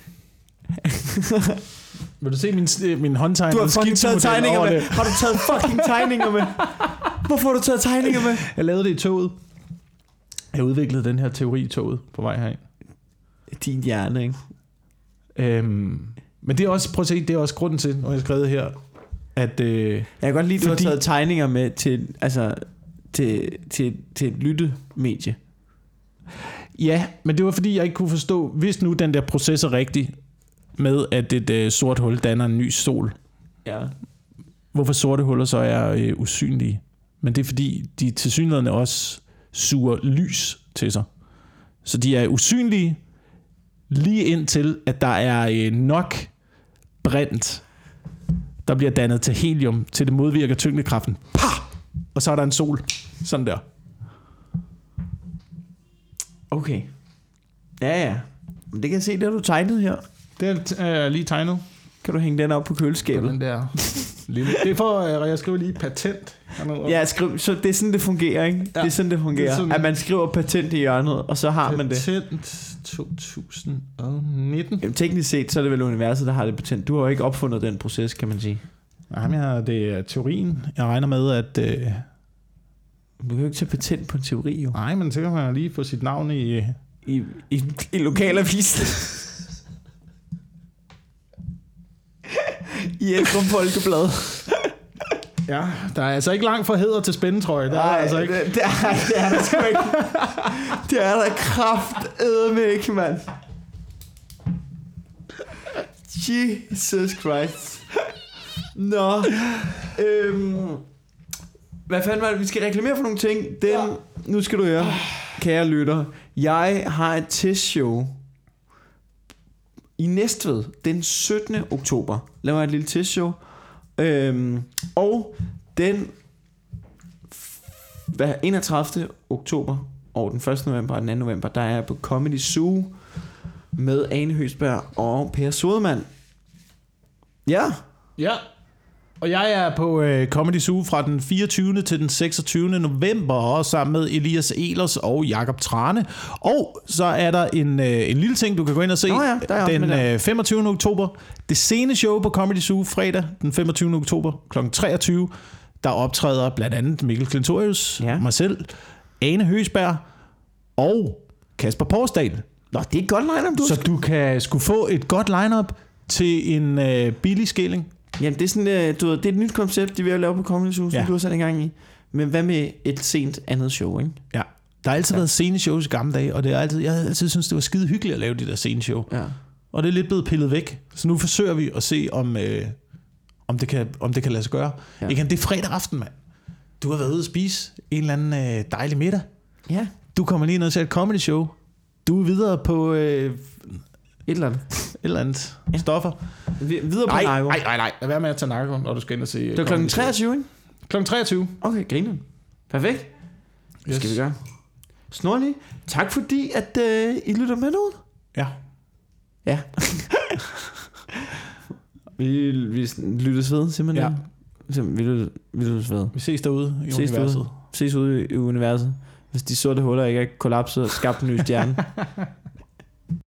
Vil du se min, min håndtegn? Du har fucking taget tegninger med. Det. Har du taget fucking tegninger med? Hvorfor har du taget tegninger med? Jeg lavede det i toget. Jeg udviklede den her teori i toget på vej herind. Din hjerne, ikke? Øhm, men det er også, prøv at se, det er også grunden til, når jeg har skrevet her, at... Øh, jeg kan godt lide, at du fordi... har taget tegninger med til, altså, til, til, til et lyttemedie. Ja, men det var fordi, jeg ikke kunne forstå, hvis nu den der proces er rigtig, med at et øh, sort hul danner en ny sol. Ja. Hvorfor sorte huller så er øh, usynlige? Men det er fordi, de tilsyneladende også suger lys til sig. Så de er usynlige, lige indtil, at der er øh, nok brint, der bliver dannet til helium, til det modvirker tyngdekraften. Pah! Og så er der en sol. Sådan der. Okay. Ja, ja. Men det kan jeg se, det har du tegnet her. Det er jeg lige tegnet. Kan du hænge den op på køleskabet? Den der lille. Det er for, at jeg skriver lige patent. Ja, skriv, så det er sådan, det fungerer, ikke? Ja. Det er sådan, det fungerer. Det sådan, at man skriver patent i hjørnet, og så har man det. Patent to tusind nitten. Jamen, teknisk set, så er det vel universet, der har det patent. Du har jo ikke opfundet den proces, kan man sige. Jamen, jeg, det er teorien. Jeg regner med, at... Øh... Du kan jo ikke tage patent på en teori, jo. Nej, men så kan man lige få sit navn i... I, i, i lokalavisen. I Esrum Folkeblad. Ja, der er altså ikke langt fra heder til spændetrøje. Der Nej, er altså ikke. Det, det, er, det er der sgu ikke. Det er der kraftedeme, mand. Jesus Christ. Nå. Øhm, hvad fanden var det? Vi skal reklamere for nogle ting. Den, ja. Nu skal du høre, kære lytter. Jeg har et testshow i Næstved den syttende oktober. Laver jeg et lille testshow. Øhm, og den hvad, enogtredivte oktober og den første november og den anden november, der er jeg på Comedy Zoo med Ane Høgsberg og Per Sodemann. Ja. Ja. Og jeg er på øh, Comedy Zoo fra den fireogtyvende til den seksogtyvende november, og sammen med Elias Ehlers og Jakob Trane. Og så er der en, øh, en lille ting, du kan gå ind og se. Nå ja, der er den øh, femogtyvende oktober. Det sene show på Comedy Zoo fredag den femogtyvende oktober klokken treogtyve. Der optræder blandt andet Mikkel Klintorius, ja. mig selv, Ane Høgsberg og Kasper Porsdal. Nå, det er et godt line-up, du Så du kan skulle få et godt line-up til en øh, billig skilling. Jamen, det er sådan, du ved, det er et nyt koncept, de vil lave på Comedy Zoo, som ja. du har sat i gang i. Men hvad med et sent andet show, ikke? Ja. Der har altid ja. været sceneshows i gamle dage, og det er altid, jeg har altid synes det var skide hyggeligt at lave de der sceneshow. Ja. Og det er lidt blevet pillet væk. Så nu forsøger vi at se, om, øh, om, det, kan, om det kan lade sig gøre. Ja. Igen, det er fredag aften, mand. Du har været ude at spise en eller anden øh, dejlig middag. Ja. Du kommer lige ned til et comedy show. Du er videre på... Øh, et eller andet. Et eller andet. Ja. Stoffer. Videre på narko. Nej, nej, nej. Lad være med at tage narko, når du skal ind og se... Det er klokken treogtyve, ikke? klokken treogtyve. Okay, griner. Perfekt. Yes. Det skal vi gøre. Snorlig. Tak fordi, at øh, I lytter med ud. Ja. Ja. vi, vi lyttes ved, simpelthen. Ja. Vi, lyttes, vi lyttes ved. Vi ses derude i ses universet. Derude. Ses ude i universet. Hvis de sorte huller ikke er kollapset og skabt en ny stjerne.